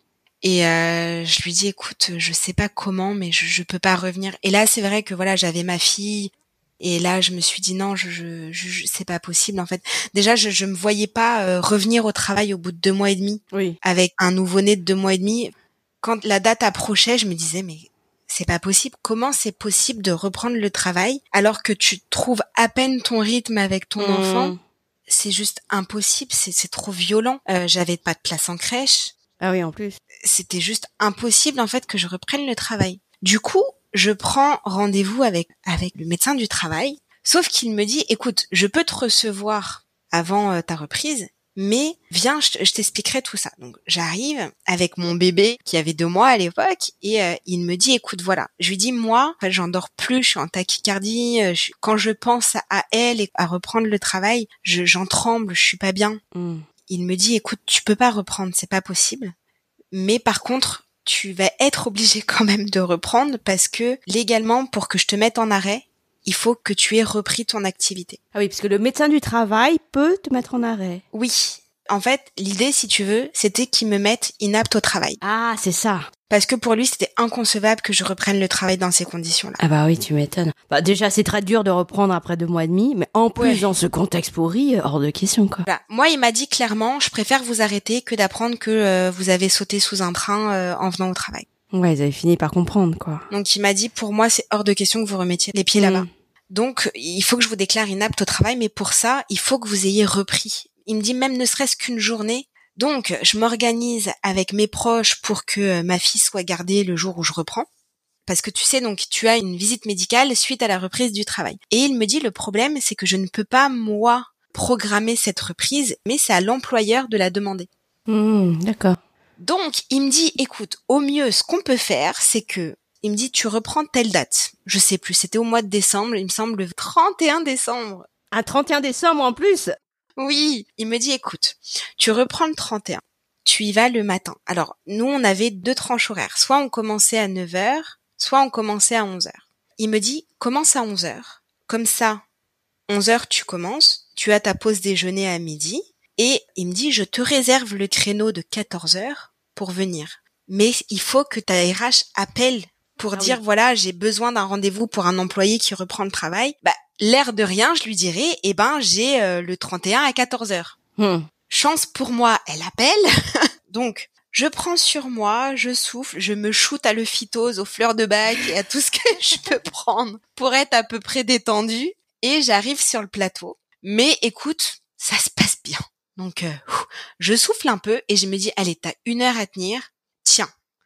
Et je lui dis, écoute, je sais pas comment, mais je peux pas revenir. Et là, c'est vrai que voilà, j'avais ma fille. Et là, je me suis dit non, je c'est pas possible en fait. Déjà, je me voyais pas revenir au travail au bout de 2 mois et demi, oui, avec un nouveau-né de 2 mois et demi. Quand la date approchait, je me disais mais c'est pas possible. Comment c'est possible de reprendre le travail alors que tu trouves à peine ton rythme avec ton enfant? C'est juste impossible. C'est trop violent. J'avais pas de place en crèche. Ah oui, en plus. C'était juste impossible en fait que je reprenne le travail. Du coup, je prends rendez-vous avec le médecin du travail, sauf qu'il me dit, écoute, je peux te recevoir avant ta reprise, mais viens, je t'expliquerai tout ça. Donc j'arrive avec mon bébé qui avait 2 mois à l'époque et il me dit, écoute, voilà. Je lui dis, moi, en fait, j'en dors plus, je suis en tachycardie. Quand je pense à elle et à reprendre le travail, j'en tremble, je suis pas bien. Il me dit, écoute, tu peux pas reprendre, c'est pas possible. Mais par contre, tu vas être obligé quand même de reprendre parce que légalement, pour que je te mette en arrêt, il faut que tu aies repris ton activité. Ah oui, parce que le médecin du travail peut te mettre en arrêt. Oui. En fait, l'idée, si tu veux, c'était qu'il me mette inapte au travail. Ah, c'est ça. Parce que pour lui, c'était inconcevable que je reprenne le travail dans ces conditions-là. Ah bah oui, tu m'étonnes. Bah déjà, c'est très dur de reprendre après 2 mois et demi, mais en plus, dans ce contexte pourri, hors de question, quoi. Voilà. Moi, il m'a dit clairement, je préfère vous arrêter que d'apprendre que vous avez sauté sous un train en venant au travail. Ouais, ils avaient fini par comprendre, quoi. Donc, il m'a dit, pour moi, c'est hors de question que vous remettiez les pieds là-bas. Donc, il faut que je vous déclare inapte au travail, mais pour ça, il faut que vous ayez repris. Il me dit, même ne serait-ce qu'une journée. Donc, je m'organise avec mes proches pour que ma fille soit gardée le jour où je reprends. Parce que tu sais, donc, tu as une visite médicale suite à la reprise du travail. Et il me dit, le problème, c'est que je ne peux pas, moi, programmer cette reprise, mais c'est à l'employeur de la demander. D'accord. Donc, il me dit, écoute, au mieux, ce qu'on peut faire, c'est que, il me dit, tu reprends telle date. Je sais plus, c'était au mois de décembre, il me semble le 31 décembre. Un 31 décembre en plus? Oui, il me dit, écoute, tu reprends le 31, tu y vas le matin. Alors, nous, on avait 2 tranches horaires. Soit on commençait à 9h, soit on commençait à 11h. Il me dit, commence à 11h. Comme ça, 11h, tu commences, tu as ta pause déjeuner à midi, et il me dit, je te réserve le créneau de 14h pour venir. Mais il faut que ta RH appelle pour dire, voilà, j'ai besoin d'un rendez-vous pour un employé qui reprend le travail. Bah, l'air de rien, je lui dirais, j'ai le 31 à 14h. Chance pour moi, elle appelle. Donc, je prends sur moi, je souffle, je me shoot à l'euphytose, aux fleurs de bac et à tout ce que je peux prendre pour être à peu près détendue. Et j'arrive sur le plateau. Mais écoute, ça se passe bien. Donc, je souffle un peu et je me dis, allez, t'as 1 heure à tenir. Tiens,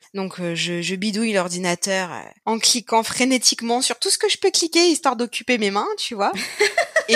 Donc je bidouille l'ordinateur en cliquant frénétiquement sur tout ce que je peux cliquer histoire d'occuper mes mains, tu vois. Et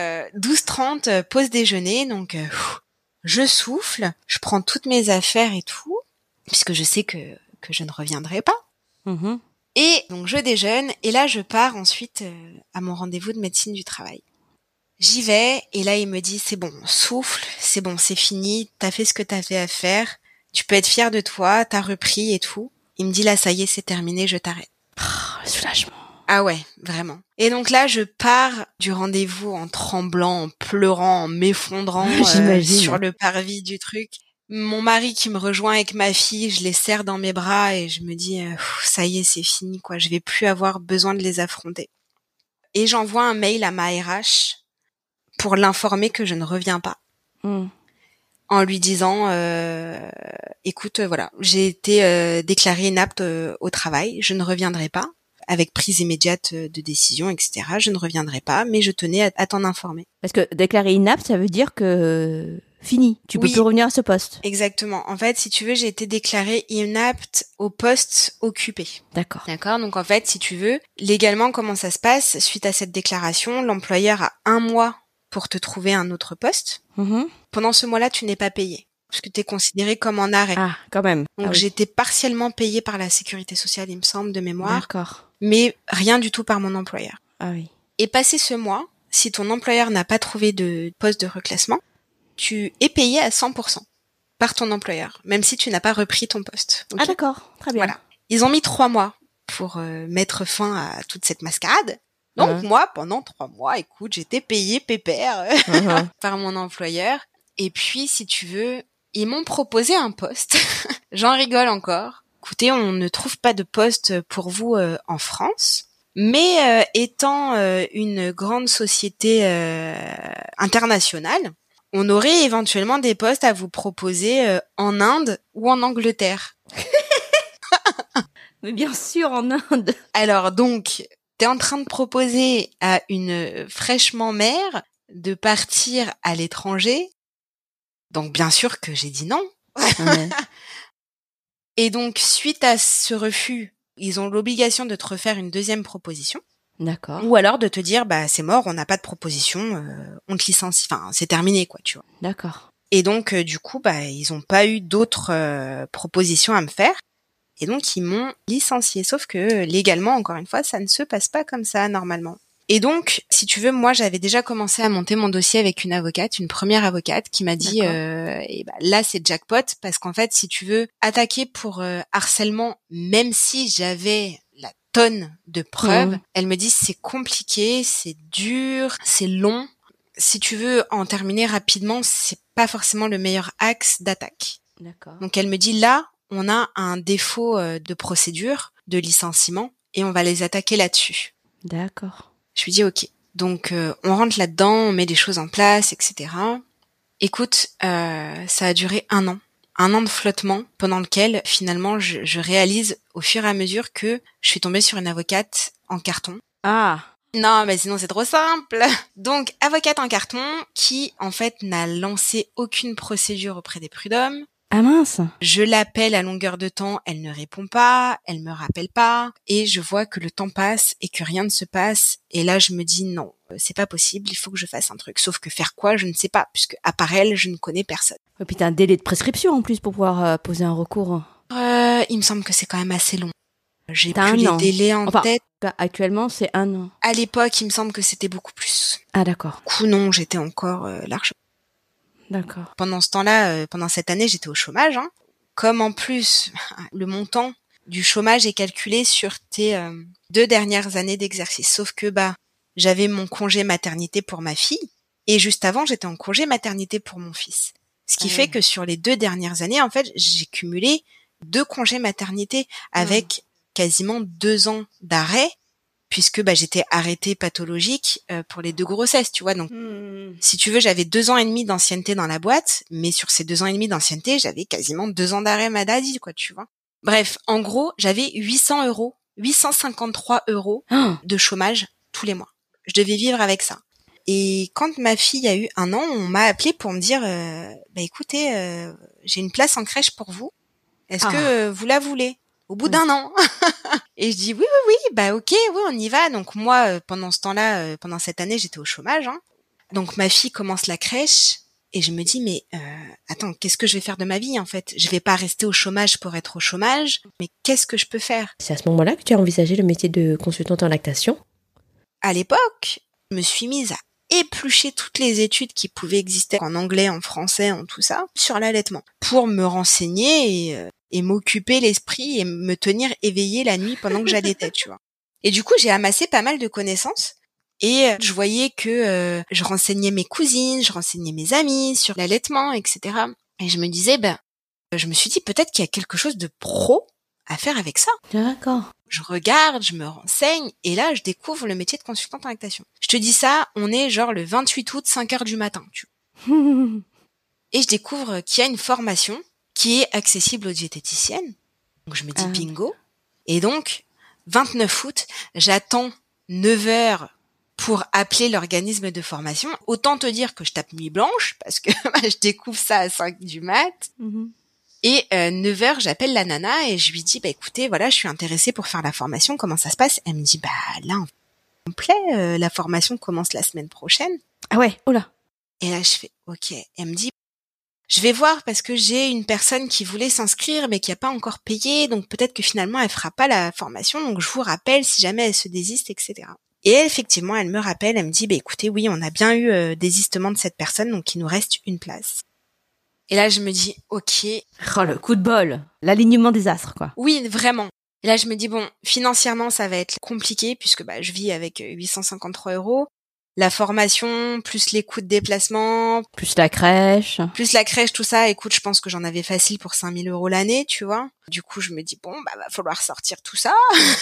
12h30, pause déjeuner, donc je souffle, je prends toutes mes affaires et tout, puisque je sais que je ne reviendrai pas. Mhm. Et donc je déjeune, et là je pars ensuite à mon rendez-vous de médecine du travail. J'y vais, et là il me dit, c'est bon, souffle, c'est bon, c'est fini, t'as fait ce que t'avais à faire, tu peux être fier de toi, t'as repris et tout. Il me dit, là ça y est, c'est terminé, je t'arrête. Le soulagement. Ah ouais, vraiment. Et donc là, je pars du rendez-vous en tremblant, en pleurant, en m'effondrant J'imagine. sur le parvis du truc. Mon mari qui me rejoint avec ma fille, je les serre dans mes bras et je me dis, ça y est, c'est fini, quoi. Je vais plus avoir besoin de les affronter. Et j'envoie un mail à ma RH pour l'informer que je ne reviens pas. Mm. En lui disant, écoute, voilà, j'ai été déclarée inapte au travail, je ne reviendrai pas. Avec prise immédiate de décision, etc. Je ne reviendrai pas, mais je tenais à t'en informer. Parce que déclarer inapte, ça veut dire que fini, tu peux Oui. plus revenir à ce poste. Exactement. En fait, si tu veux, j'ai été déclarée inapte au poste occupé. D'accord. D'accord? Donc en fait, si tu veux, légalement, comment ça se passe? Suite à cette déclaration, l'employeur a 1 mois pour te trouver un autre poste. Mhm. Pendant ce mois-là, tu n'es pas payé, parce que tu es considéré comme en arrêt. Ah, quand même. Donc Ah oui. j'étais partiellement payée par la sécurité sociale, il me semble, de mémoire, D'accord. mais rien du tout par mon employeur. Ah oui. Et passé ce mois, si ton employeur n'a pas trouvé de poste de reclassement, tu es payé à 100% par ton employeur, même si tu n'as pas repris ton poste. Ah Ok. d'accord, très bien. Voilà. Ils ont mis 3 mois pour mettre fin à toute cette mascarade. Donc moi, pendant 3 mois, écoute, j'étais payée pépère Mhm. par mon employeur. Et puis, si tu veux, ils m'ont proposé un poste. J'en rigole encore. Écoutez, on ne trouve pas de poste pour vous en France. Mais étant une grande société internationale, on aurait éventuellement des postes à vous proposer en Inde ou en Angleterre. Mais bien sûr, en Inde. Alors donc, t'es en train de proposer à une fraîchement mère de partir à l'étranger. Donc bien sûr que j'ai dit non. Ouais. Et donc, suite à ce refus, ils ont l'obligation de te refaire une deuxième proposition. D'accord. Ou alors de te dire, bah c'est mort, on n'a pas de proposition, on te licencie. Enfin, c'est terminé, quoi, tu vois. D'accord. Et donc, du coup, bah ils ont pas eu d'autres propositions à me faire. Et donc, ils m'ont licenciée. Sauf que, légalement, encore une fois, ça ne se passe pas comme ça, normalement. Et donc, si tu veux, moi, j'avais déjà commencé à monter mon dossier avec une avocate, une première avocate, qui m'a dit, et bah, là, c'est jackpot, parce qu'en fait, si tu veux attaquer pour harcèlement, même si j'avais la tonne de preuves, elle me dit, c'est compliqué, c'est dur, c'est long. Si tu veux en terminer rapidement, c'est pas forcément le meilleur axe d'attaque. D'accord. Donc, elle me dit, là, on a un défaut de procédure, de licenciement, et on va les attaquer là-dessus. D'accord. Je lui dis ok. Donc on rentre là-dedans, on met des choses en place, etc. Écoute, ça a duré 1 an. 1 an de flottement pendant lequel finalement je réalise au fur et à mesure que je suis tombée sur une avocate en carton. Ah. Non, mais sinon c'est trop simple. Donc avocate en carton qui en fait n'a lancé aucune procédure auprès des prud'hommes. Ah mince. Je l'appelle à longueur de temps, elle ne répond pas, elle me rappelle pas, et je vois que le temps passe et que rien ne se passe. Et là, je me dis non, c'est pas possible, il faut que je fasse un truc. Sauf que faire quoi, je ne sais pas, puisque à part elle, je ne connais personne. Et puis t'as un délai de prescription en plus pour pouvoir poser un recours. Il me semble que c'est quand même assez long. J'ai T'as plus un les an. délais en Enfin, tête. actuellement, c'est 1 an. À l'époque, il me semble que c'était beaucoup plus. Ah d'accord. Du coup, non, j'étais encore large. D'accord. Pendant ce temps-là, pendant cette année, j'étais au chômage. Hein. Comme en plus, le montant du chômage est calculé sur tes 2 dernières années d'exercice. Sauf que j'avais mon congé maternité pour ma fille et juste avant, j'étais en congé maternité pour mon fils. Ce qui fait que sur les 2 dernières années, en fait, j'ai cumulé 2 congés maternité avec quasiment 2 ans d'arrêt puisque j'étais arrêtée pathologique pour les 2 grossesses, tu vois. Donc, si tu veux, j'avais 2 ans et demi d'ancienneté dans la boîte, mais sur ces 2 ans et demi d'ancienneté, j'avais quasiment 2 ans d'arrêt maladie, quoi, tu vois. Bref, en gros, j'avais 853 euros de chômage tous les mois. Je devais vivre avec ça. Et quand ma fille a eu 1 an, on m'a appelé pour me dire, écoutez, j'ai une place en crèche pour vous. Est-ce que vous la voulez ? au bout d'un an. Et je dis oui, bah ok, oui, on y va. Donc moi, pendant ce temps-là, pendant cette année, j'étais au chômage. Hein. Donc ma fille commence la crèche et je me dis mais attends, qu'est-ce que je vais faire de ma vie en fait? Je vais pas rester au chômage pour être au chômage, mais qu'est-ce que je peux faire? C'est à ce moment-là que tu as envisagé le métier de consultante en lactation? À l'époque, je me suis mise à éplucher toutes les études qui pouvaient exister en anglais, en français, en tout ça, sur l'allaitement, pour me renseigner et m'occuper l'esprit et me tenir éveillée la nuit pendant que j'allaitais, tu vois. Et du coup, j'ai amassé pas mal de connaissances et je voyais que je renseignais mes cousines, je renseignais mes amis sur l'allaitement, etc. Et je me disais, je me suis dit peut-être qu'il y a quelque chose de pro à faire avec ça. D'accord. Je regarde, je me renseigne, et là, je découvre le métier de consultante en lactation. Je te dis ça, on est genre le 28 août, 5h du matin, tu vois. Et je découvre qu'il y a une formation qui est accessible aux diététiciennes. Donc, je me dis bingo. Et donc, 29 août, j'attends 9h pour appeler l'organisme de formation. Autant te dire que je tape nuit blanche, parce que je découvre ça à 5 du mat'. Et 9h, j'appelle la nana et je lui dis, écoutez, voilà, je suis intéressée pour faire la formation, comment ça se passe? Elle me dit, là, en complet, la formation commence la semaine prochaine. Ah ouais, oh là. Et là, je fais, ok. Elle me dit, je vais voir parce que j'ai une personne qui voulait s'inscrire mais qui a pas encore payé, donc peut-être que finalement, elle fera pas la formation, donc je vous rappelle si jamais elle se désiste, etc. Et effectivement, elle me rappelle, elle me dit, écoutez, oui, on a bien eu désistement de cette personne, donc il nous reste une place. Et là, je me dis, ok. Oh, le coup de bol. L'alignement des astres, quoi. Oui, vraiment. Et là, je me dis, financièrement, ça va être compliqué puisque je vis avec 853 €. La formation, plus les coûts de déplacement. Plus la crèche. Plus la crèche, tout ça. Écoute, je pense que j'en avais facile pour 5 000 € l'année, tu vois. Du coup, je me dis, va falloir sortir tout ça.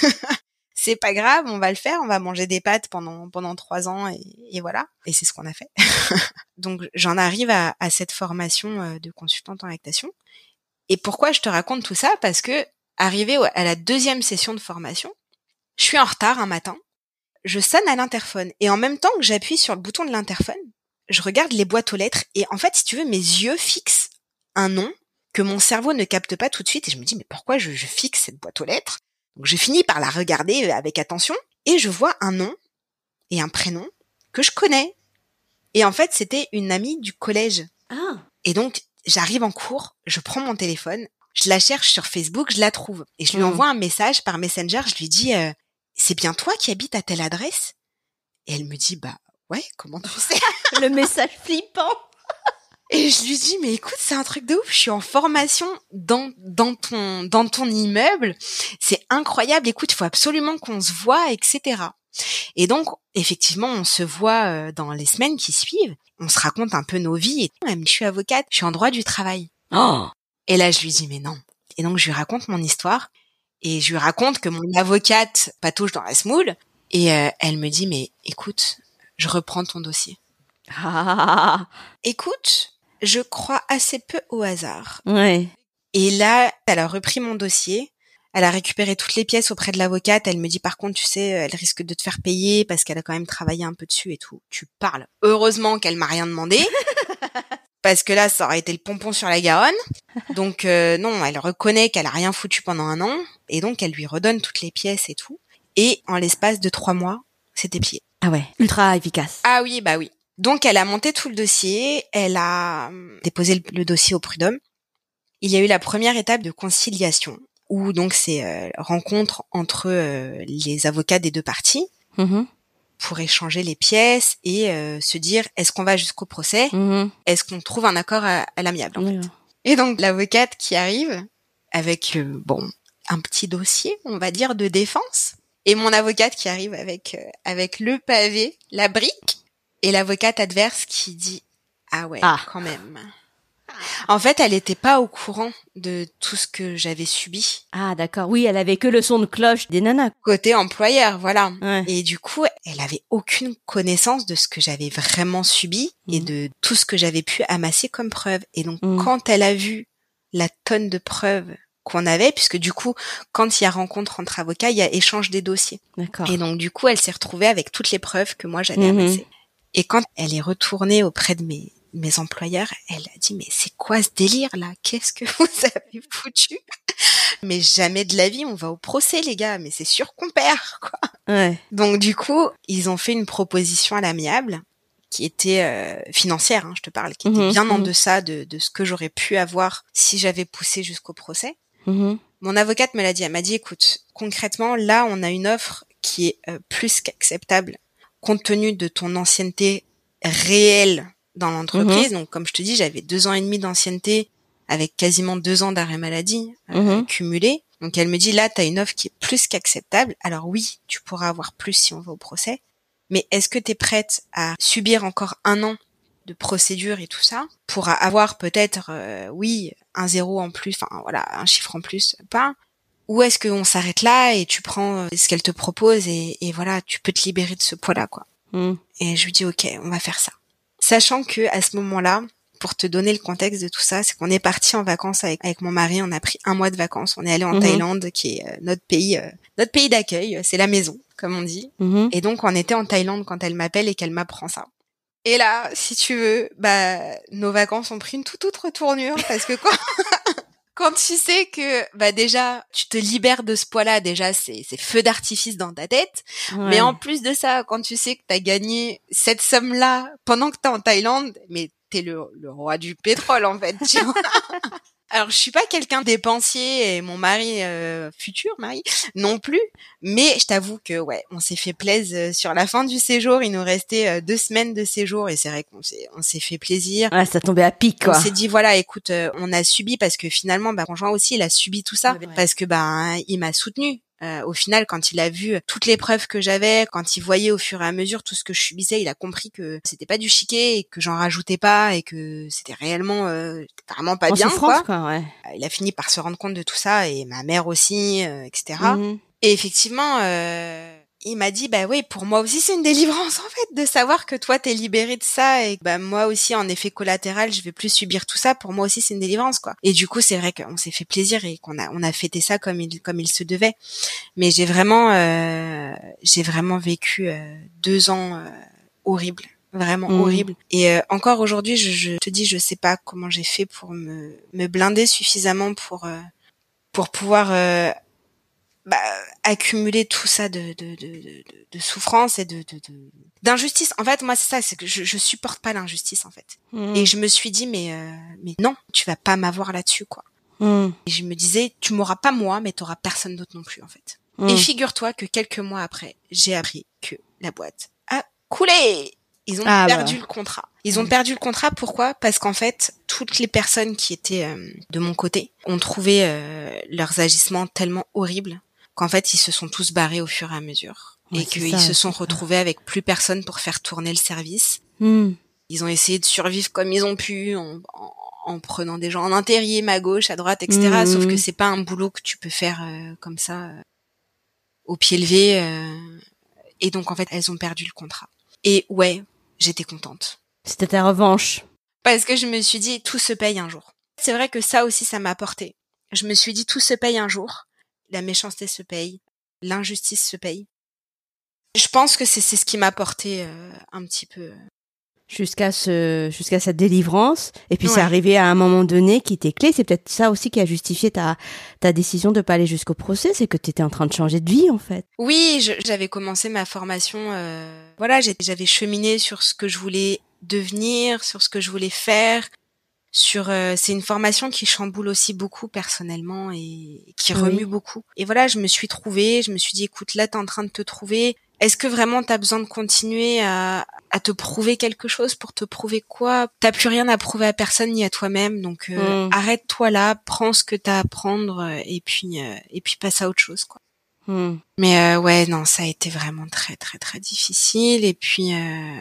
C'est pas grave, on va le faire, on va manger des pâtes pendant 3 ans et voilà. Et c'est ce qu'on a fait. Donc j'en arrive à cette formation de consultante en lactation. Et pourquoi je te raconte tout ça? Parce que arrivé à la 2e session de formation, je suis en retard un matin, je sonne à l'interphone et en même temps que j'appuie sur le bouton de l'interphone, je regarde les boîtes aux lettres et en fait, si tu veux, mes yeux fixent un nom que mon cerveau ne capte pas tout de suite et je me dis mais pourquoi je fixe cette boîte aux lettres? Donc je finis par la regarder avec attention et je vois un nom et un prénom que je connais. Et en fait, c'était une amie du collège. Ah. Et donc, j'arrive en cours, je prends mon téléphone, je la cherche sur Facebook, je la trouve. Et je lui envoie un message par Messenger, je lui dis c'est bien toi qui habites à telle adresse? Et elle me dit ouais, comment tu sais? Le message flippant. Et je lui dis mais écoute, c'est un truc de ouf, je suis en formation dans ton immeuble, c'est incroyable, écoute, il faut absolument qu'on se voit, etc. Et donc effectivement on se voit dans les semaines qui suivent, on se raconte un peu nos vies et elle me dit je suis avocate, je suis en droit du travail. Oh. Et là je lui dis mais non. Et donc je lui raconte mon histoire et je lui raconte que mon avocate patauge dans la semoule et elle me dit mais écoute, je reprends ton dossier. Ah. Écoute, je crois assez peu au hasard. Ouais. Et là, elle a repris mon dossier. Elle a récupéré toutes les pièces auprès de l'avocate. Elle me dit, par contre, tu sais, elle risque de te faire payer parce qu'elle a quand même travaillé un peu dessus et tout. Tu parles. Heureusement qu'elle m'a rien demandé. Parce que là, ça aurait été le pompon sur la Garonne. Donc, non, elle reconnaît qu'elle a rien foutu pendant 1 an. Et donc, elle lui redonne toutes les pièces et tout. Et en l'espace de 3 mois, c'était plié. Ah ouais. Ultra efficace. Ah oui, oui. Donc, elle a monté tout le dossier, elle a déposé le dossier au prud'homme. Il y a eu la première étape de conciliation, où donc c'est rencontre entre les avocats des 2 parties pour échanger les pièces et se dire est-ce qu'on va jusqu'au procès, est-ce qu'on trouve un accord à l'amiable. En fait. Et donc, l'avocate qui arrive avec un petit dossier, on va dire, de défense, et mon avocate qui arrive avec le pavé, la brique. Et l'avocate adverse qui dit « Ah ouais, quand même ». En fait, elle était pas au courant de tout ce que j'avais subi. Ah d'accord, oui, elle avait que le son de cloche des nanas. Côté employeur, voilà. Ouais. Et du coup, elle avait aucune connaissance de ce que j'avais vraiment subi et de tout ce que j'avais pu amasser comme preuve. Et donc, quand elle a vu la tonne de preuves qu'on avait, puisque du coup, quand il y a rencontre entre avocats, il y a échange des dossiers. D'accord. Et donc, du coup, elle s'est retrouvée avec toutes les preuves que moi j'avais amassées. Et quand elle est retournée auprès de mes employeurs, elle a dit « Mais c'est quoi ce délire là? Qu'est-ce que vous avez foutu ?» Mais jamais de la vie, on va au procès, les gars. Mais c'est sûr qu'on perd, quoi. Ouais. Donc, du coup, ils ont fait une proposition à l'amiable qui était financière, hein, je te parle, qui était bien en deçà de ce que j'aurais pu avoir si j'avais poussé jusqu'au procès. Mon avocate me l'a dit. Elle m'a dit, écoute, concrètement, là, on a une offre qui est plus qu'acceptable compte tenu de ton ancienneté réelle dans l'entreprise. Donc, comme je te dis, j'avais 2 ans et demi d'ancienneté avec quasiment 2 ans d'arrêt maladie cumulés. Donc, elle me dit, là, tu as une offre qui est plus qu'acceptable. Alors oui, tu pourras avoir plus si on va au procès. Mais est-ce que tu es prête à subir encore 1 an de procédure et tout ça pour avoir peut-être, oui, un 0 en plus, enfin voilà, un chiffre en plus, pas. Ou est-ce qu'on s'arrête là et tu prends ce qu'elle te propose et voilà, tu peux te libérer de ce poids-là, quoi. Et je lui dis, ok, on va faire ça. Sachant que à ce moment-là, pour te donner le contexte de tout ça, c'est qu'on est parti en vacances avec mon mari, on a pris 1 mois de vacances, on est allé en Thaïlande, qui est notre pays d'accueil, c'est la maison, comme on dit. Et donc, on était en Thaïlande quand elle m'appelle et qu'elle m'apprend ça. Et là, si tu veux, nos vacances ont pris une toute autre tournure parce que quand tu sais que déjà tu te libères de ce poids-là, déjà c'est feu d'artifice dans ta tête. Ouais. Mais en plus de ça, quand tu sais que t'as gagné cette somme-là pendant que t'es en Thaïlande, mais t'es le roi du pétrole en fait. Tu vois. Alors je suis pas quelqu'un dépensier et mon mari futur mari non plus, mais je t'avoue que ouais, on s'est fait plaisir sur la fin du séjour. Il nous restait 2 semaines de séjour et c'est vrai qu'on s'est fait plaisir. Ouais, ça tombait à pic quoi. On s'est dit voilà, écoute, on a subi parce que finalement mon conjoint aussi il a subi tout ça parce que il m'a soutenu. Au final, quand il a vu toutes les preuves que j'avais, quand il voyait au fur et à mesure tout ce que je subissais, il a compris que c'était pas du chiquet et que j'en rajoutais pas et que c'était réellement vraiment pas bien, quoi. Ouais. Il a fini par se rendre compte de tout ça et ma mère aussi, etc. Et effectivement, il m'a dit oui, pour moi aussi c'est une délivrance en fait de savoir que toi t'es libérée de ça et que moi aussi en effet collatéral je vais plus subir tout ça. Pour moi aussi c'est une délivrance quoi. Et du coup c'est vrai qu'on s'est fait plaisir et qu'on a fêté ça comme il se devait. Mais j'ai vraiment vécu 2 ans horribles, vraiment horribles. Et encore aujourd'hui je te dis je sais pas comment j'ai fait pour me blinder suffisamment pour pouvoir accumuler tout ça de souffrance et d'injustice. En fait, moi, c'est ça, c'est que je supporte pas l'injustice, en fait. Et je me suis dit, mais non, tu vas pas m'avoir là-dessus, quoi. Et je me disais, tu m'auras pas moi, mais t'auras personne d'autre non plus, en fait. Et figure-toi que quelques mois après, j'ai appris que la boîte a coulé. Ils ont perdu le contrat. Ils ont perdu le contrat, pourquoi ? Parce qu'en fait, toutes les personnes qui étaient de mon côté ont trouvé leurs agissements tellement horribles qu'en fait, ils se sont tous barrés au fur et à mesure. Ouais, et qu'ils se sont retrouvés avec plus personne pour faire tourner le service. Ils ont essayé de survivre comme ils ont pu, en prenant des gens en intérim, à gauche, à droite, etc. Sauf que c'est pas un boulot que tu peux faire comme ça, au pied levé. Et donc, en fait, elles ont perdu le contrat. Et ouais, j'étais contente. C'était ta revanche. Parce que je me suis dit, tout se paye un jour. C'est vrai que ça aussi, ça m'a apporté. Je me suis dit, tout se paye un jour. La méchanceté se paye. L'injustice se paye. Je pense que c'est ce qui m'a apporté un petit peu. Jusqu'à cette délivrance. Et puis c'est arrivé à un moment donné qui était clé. C'est peut-être ça aussi qui a justifié ta décision de pas aller jusqu'au procès. C'est que tu étais en train de changer de vie, en fait. Oui, j'avais commencé ma formation. J'avais cheminé sur ce que je voulais devenir, sur ce que je voulais faire. C'est une formation qui chamboule aussi beaucoup personnellement et qui remue beaucoup. Et voilà, je me suis trouvée. Je me suis dit, écoute, là, t'es en train de te trouver. Est-ce que vraiment t'as besoin de continuer à te prouver quelque chose? Pour te prouver quoi? T'as plus rien à prouver à personne ni à toi-même, donc arrête-toi là, prends ce que t'as à apprendre et puis passe à autre chose, quoi. Mais ouais, non, ça a été vraiment très très très difficile. Et puis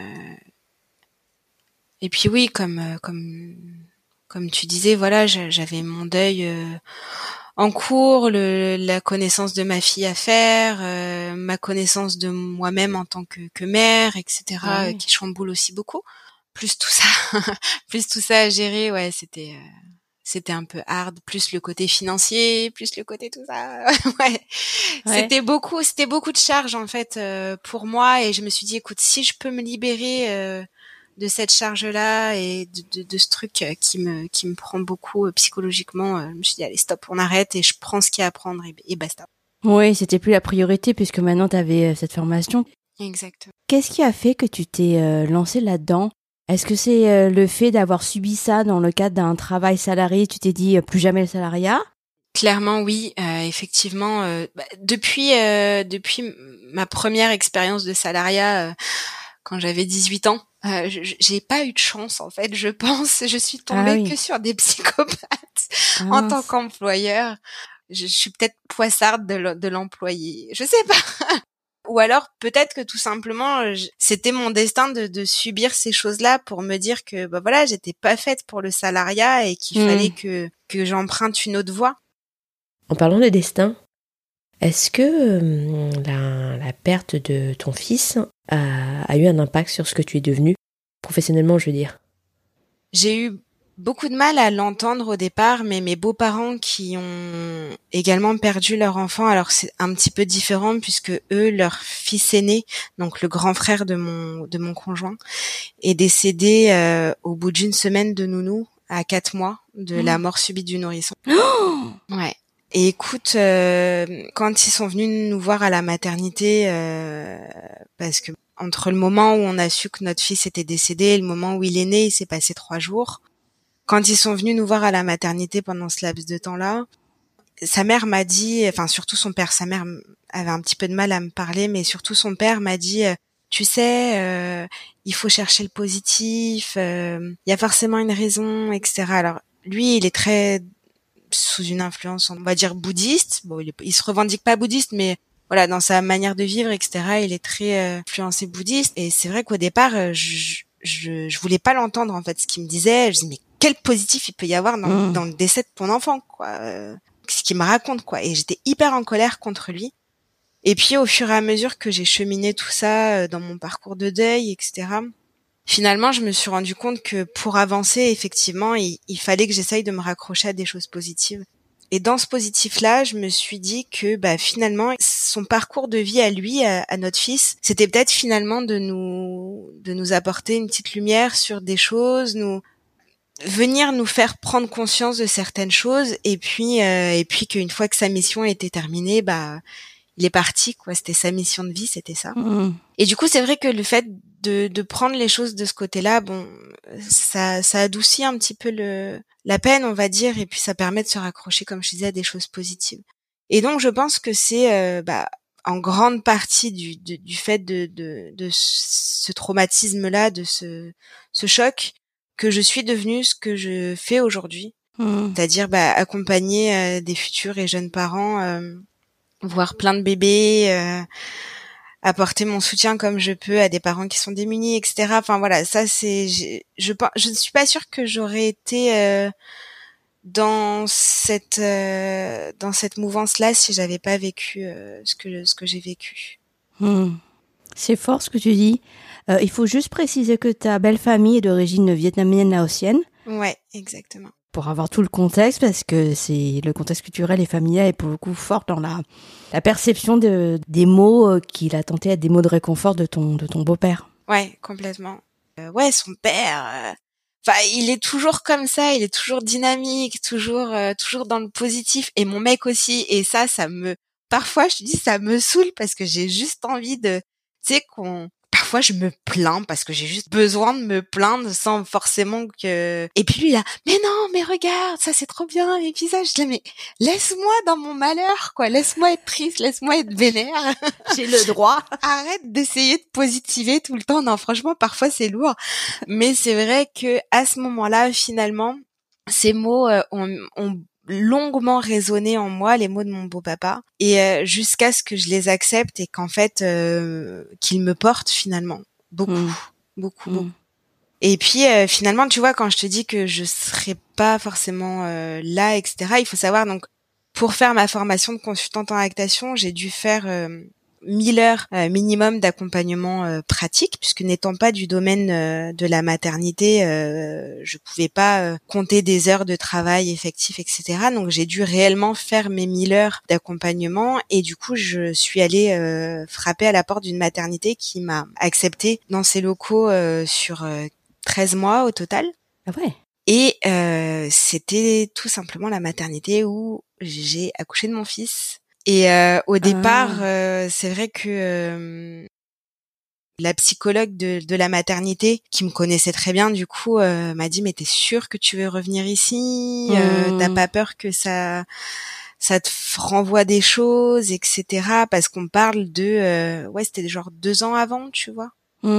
oui, comme tu disais, voilà, j'avais mon deuil en cours, la connaissance de ma fille à faire, ma connaissance de moi-même en tant que mère, etc., qui chamboule aussi beaucoup. Plus tout ça à gérer, ouais, c'était un peu hard. Plus le côté financier, plus le côté tout ça, ouais. C'était beaucoup de charges en fait pour moi. Et je me suis dit, écoute, si je peux me libérer cette charge-là et de ce truc qui me prend beaucoup psychologiquement. Je me suis dit allez stop, on arrête et je prends ce qu'il y a à prendre et basta. Oui, c'était plus la priorité puisque maintenant tu avais cette formation. Exactement. Qu'est-ce qui a fait que tu t'es lancée là-dedans ? Est-ce que c'est le fait d'avoir subi ça dans le cadre d'un travail salarié, tu t'es dit plus jamais le salariat ? Clairement oui, effectivement. Depuis ma première expérience de salariat quand j'avais 18 ans, j'ai pas eu de chance en fait. Je pense, je suis tombée que sur des psychopathes en tant qu'employeur. Je suis peut-être poissarde de l'employé, je sais pas. Ou alors peut-être que tout simplement c'était mon destin de subir ces choses-là pour me dire que bah voilà, j'étais pas faite pour le salariat et qu'il fallait que j'emprunte une autre voie. En parlant de destin, est-ce que la perte de ton fils a eu un impact sur ce que tu es devenue professionnellement, je veux dire ? J'ai eu beaucoup de mal à l'entendre au départ, mais mes beaux-parents qui ont également perdu leur enfant, alors c'est un petit peu différent puisque eux, leur fils aîné, donc le grand frère de mon conjoint, est décédé au bout d'une semaine de nounou, à 4 mois, de la mort subite du nourrisson. Ouais. Et écoute, quand ils sont venus nous voir à la maternité, parce que entre le moment où on a su que notre fils était décédé et le moment où il est né, il s'est passé 3 jours. Quand ils sont venus nous voir à la maternité pendant ce laps de temps-là, sa mère m'a dit, enfin surtout son père, sa mère avait un petit peu de mal à me parler, mais surtout son père m'a dit, tu sais, il faut chercher le positif, il y a forcément une raison, etc. Alors lui, il est très sous une influence, on va dire bouddhiste. Bon, il se revendique pas bouddhiste, mais voilà, dans sa manière de vivre, etc. Il est très influencé bouddhiste. Et c'est vrai qu'au départ, je voulais pas l'entendre en fait, ce qu'il me disait. Je dis mais quel positif il peut y avoir dans le décès de ton enfant, quoi. Ce qu'il me raconte, quoi. Et j'étais hyper en colère contre lui. Et puis au fur et à mesure que j'ai cheminé tout ça dans mon parcours de deuil, etc. Finalement, je me suis rendu compte que pour avancer, effectivement, il fallait que j'essaye de me raccrocher à des choses positives. Et dans ce positif-là, je me suis dit que finalement, son parcours de vie à lui, à notre fils, c'était peut-être finalement de nous apporter une petite lumière sur des choses, venir nous faire prendre conscience de certaines choses, et puis qu'une fois que sa mission était terminée, il est parti, quoi. C'était sa mission de vie, c'était ça. Et du coup, c'est vrai que le fait de prendre les choses de ce côté-là, ça adoucit un petit peu la peine, on va dire, et puis ça permet de se raccrocher, comme je disais, à des choses positives. Et donc, je pense que c'est en grande partie du fait de ce traumatisme-là, de ce choc, que je suis devenue ce que je fais aujourd'hui, c'est-à-dire accompagner des futurs et jeunes parents, voir plein de bébés, apporter mon soutien comme je peux à des parents qui sont démunis, etc. Enfin voilà, ça c'est, je ne suis pas sûre que j'aurais été dans cette mouvance-là si j'avais pas vécu ce que j'ai vécu. C'est fort ce que tu dis. Il faut juste préciser que ta belle famille est d'origine vietnamienne laotienne. Ouais, exactement. Pour avoir tout le contexte, parce que c'est le contexte culturel et familial est pour le coup fort dans la perception des mots qu'il a tenté d'être des mots de réconfort de ton beau-père. Ouais, complètement. Ouais, son père. Il est toujours comme ça, il est toujours dynamique, toujours dans le positif. Et mon mec aussi. Et ça parfois, je te dis, ça me saoule parce que j'ai juste envie de, tu sais, parfois je me plains parce que j'ai juste besoin de me plaindre sans forcément que... Et puis lui là, mais non, mais regarde, ça c'est trop bien, et puis ça, je dis, mais laisse-moi dans mon malheur, quoi, laisse-moi être triste, laisse-moi être vénère. J'ai le droit. Arrête d'essayer de positiver tout le temps. Non, franchement, parfois c'est lourd. Mais c'est vrai que à ce moment-là, finalement, ces mots ont longuement résonné en moi, les mots de mon beau-papa, et jusqu'à ce que je les accepte et qu'en fait qu'ils me portent finalement beaucoup. Et puis finalement, tu vois, quand je te dis que je serais pas forcément là, etc., il faut savoir, donc pour faire ma formation de consultante en lactation, j'ai dû faire 1000 heures minimum d'accompagnement pratique, puisque n'étant pas du domaine de la maternité, je pouvais pas compter des heures de travail effectif, etc. Donc j'ai dû réellement faire mes 1000 heures d'accompagnement, et du coup je suis allée frapper à la porte d'une maternité qui m'a acceptée dans ses locaux sur 13 mois au total. Ah ouais. Et c'était tout simplement la maternité où j'ai accouché de mon fils. Et au départ, c'est vrai que la psychologue de la maternité, qui me connaissait très bien, du coup, m'a dit « Mais t'es sûre que tu veux revenir ici ? T'as pas peur que ça te renvoie des choses, etc. » Parce qu'on parle de... c'était genre 2 ans avant, tu vois.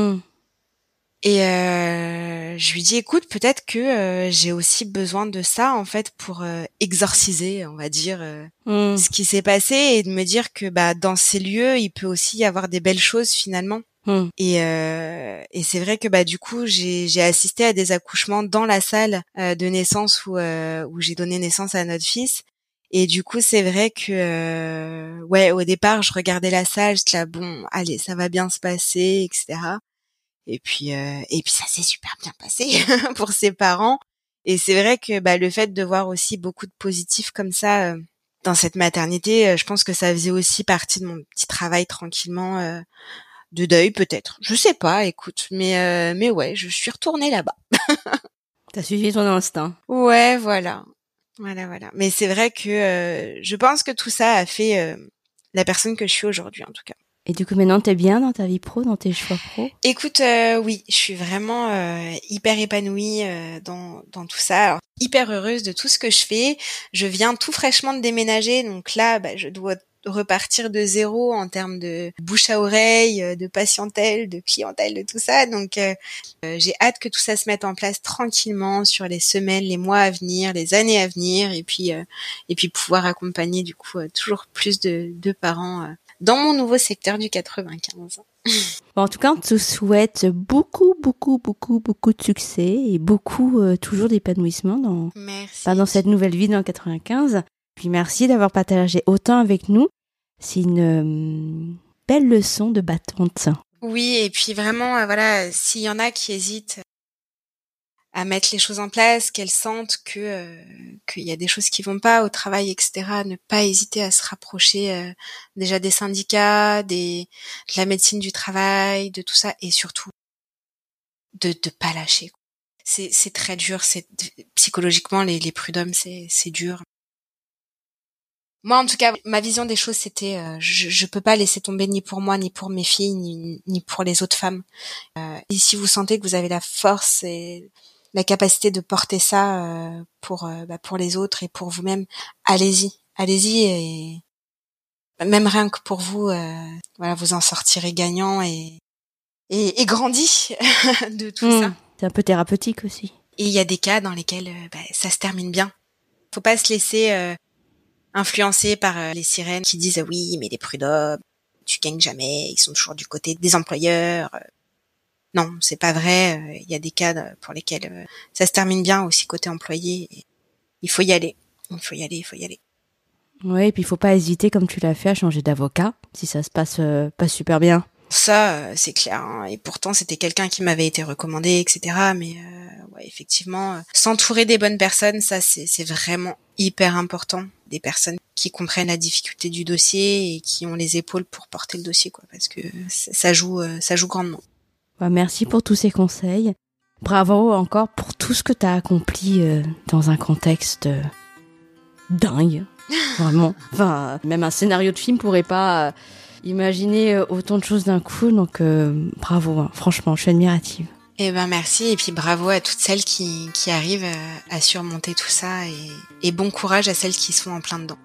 Et je lui dis écoute, peut-être que j'ai aussi besoin de ça en fait pour exorciser, on va dire, ce qui s'est passé et de me dire que dans ces lieux, il peut aussi y avoir des belles choses finalement. Et c'est vrai que du coup, j'ai assisté à des accouchements dans la salle de naissance où j'ai donné naissance à notre fils. Et du coup, c'est vrai que au départ, je regardais la salle, j'étais là bon, allez, ça va bien se passer, etc. Et puis ça s'est super bien passé pour ses parents. Et c'est vrai que le fait de voir aussi beaucoup de positifs comme ça dans cette maternité, je pense que ça faisait aussi partie de mon petit travail tranquillement de deuil peut-être. Je sais pas, écoute, mais ouais, je suis retournée là-bas. T'as suivi ton instinct. Ouais, voilà. Mais c'est vrai que je pense que tout ça a fait la personne que je suis aujourd'hui en tout cas. Et du coup, maintenant, t'es bien dans ta vie pro, dans tes choix pro ? Écoute, oui, je suis vraiment hyper épanouie dans tout ça. Alors, hyper heureuse de tout ce que je fais. Je viens tout fraîchement de déménager, donc là, je dois repartir de zéro en termes de bouche à oreille, de patientèle, de clientèle, de tout ça. Donc, j'ai hâte que tout ça se mette en place tranquillement sur les semaines, les mois à venir, les années à venir, et puis pouvoir accompagner du coup toujours plus de parents dans mon nouveau secteur du 95. Bon, en tout cas, on te souhaite beaucoup de succès et beaucoup toujours d'épanouissement dans cette nouvelle vie dans le 95. Puis merci d'avoir partagé autant avec nous. C'est une belle leçon de battante. Oui, et puis vraiment, voilà, s'il y en a qui hésitent à mettre les choses en place, qu'elles sentent qu'il y a des choses qui vont pas au travail, etc., ne pas hésiter à se rapprocher déjà des syndicats, de la médecine du travail, de tout ça, et surtout de pas lâcher. C'est très dur, psychologiquement les prud'hommes, c'est dur. Moi, en tout cas, ma vision des choses, c'était je peux pas laisser tomber ni pour moi, ni pour mes filles, ni pour les autres femmes. Et si vous sentez que vous avez la force et la capacité de porter ça pour les autres et pour vous-même, allez-y et même rien que pour vous, vous en sortirez gagnant et grandi de tout ça. C'est un peu thérapeutique aussi. Et il y a des cas dans lesquels ça se termine bien. Faut pas se laisser influencé par les sirènes qui disent oui, mais les prud'hommes, tu gagnes jamais, ils sont toujours du côté des employeurs. Non, c'est pas vrai. Il y a des cas pour lesquels ça se termine bien aussi côté employé. Il faut y aller. Il faut y aller. Oui, et puis il faut pas hésiter, comme tu l'as fait, à changer d'avocat si ça se passe pas super bien. Ça, c'est clair. Hein. Et pourtant, c'était quelqu'un qui m'avait été recommandé, etc. Mais effectivement, s'entourer des bonnes personnes, ça, c'est vraiment hyper important. Des personnes qui comprennent la difficulté du dossier et qui ont les épaules pour porter le dossier, quoi. Parce que ça joue grandement. Merci pour tous ces conseils. Bravo encore pour tout ce que tu as accompli dans un contexte dingue. Vraiment. Enfin, même un scénario de film pourrait pas imaginer autant de choses d'un coup. Donc, bravo. Hein. Franchement, je suis admirative. Eh ben merci et puis bravo à toutes celles qui arrivent à surmonter tout ça et bon courage à celles qui sont en plein dedans.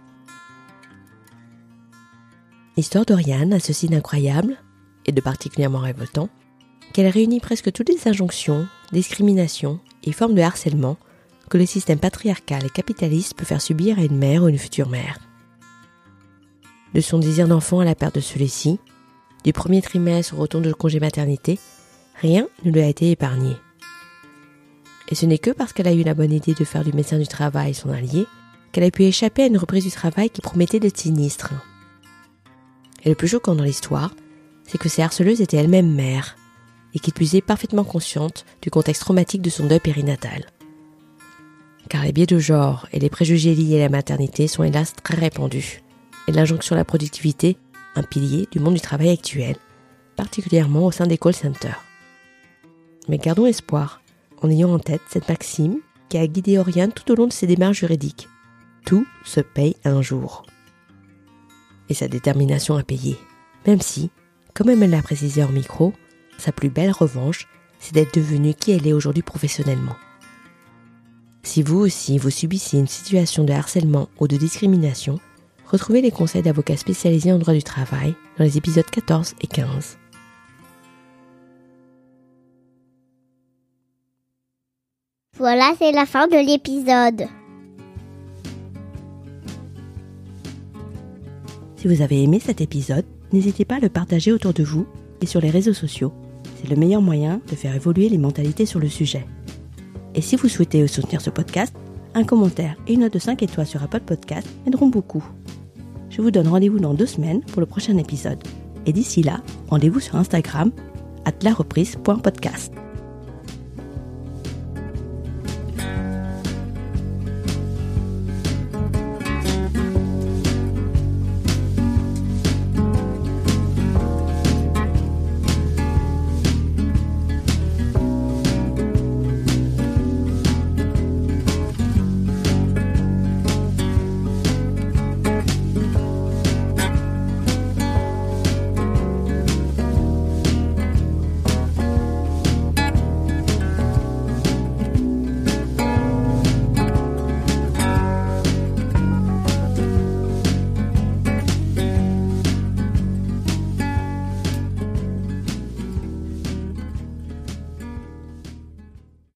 L'histoire d'Oriane a ceci d'incroyable et de particulièrement révoltant qu'elle réunit presque toutes les injonctions, discriminations et formes de harcèlement que le système patriarcal et capitaliste peut faire subir à une mère ou une future mère. De son désir d'enfant à la perte de celui-ci, du premier trimestre au retour de congé maternité, rien ne lui a été épargné. Et ce n'est que parce qu'elle a eu la bonne idée de faire du médecin du travail son allié qu'elle a pu échapper à une reprise du travail qui promettait d'être sinistre. Et le plus choquant dans l'histoire, c'est que ces harceleuses étaient elles-mêmes mères et qui plus est parfaitement conscientes du contexte traumatique de son deuil périnatal. Car les biais de genre et les préjugés liés à la maternité sont hélas très répandus et l'injonction à la productivité, un pilier du monde du travail actuel, particulièrement au sein des call centers. Mais gardons espoir, en ayant en tête cette maxime qui a guidé Oriane tout au long de ses démarches juridiques. Tout se paye un jour. Et sa détermination à payer. Même si, comme elle me l'a précisé en micro, sa plus belle revanche, c'est d'être devenue qui elle est aujourd'hui professionnellement. Si vous aussi, vous subissez une situation de harcèlement ou de discrimination, retrouvez les conseils d'avocats spécialisés en droit du travail dans les épisodes 14 et 15. Voilà, c'est la fin de l'épisode. Si vous avez aimé cet épisode, n'hésitez pas à le partager autour de vous et sur les réseaux sociaux. C'est le meilleur moyen de faire évoluer les mentalités sur le sujet. Et si vous souhaitez soutenir ce podcast, un commentaire et une note de 5 étoiles sur Apple Podcast m'aideront beaucoup. Je vous donne rendez-vous dans 2 semaines pour le prochain épisode. Et d'ici là, rendez-vous sur Instagram @lareprise.podcast.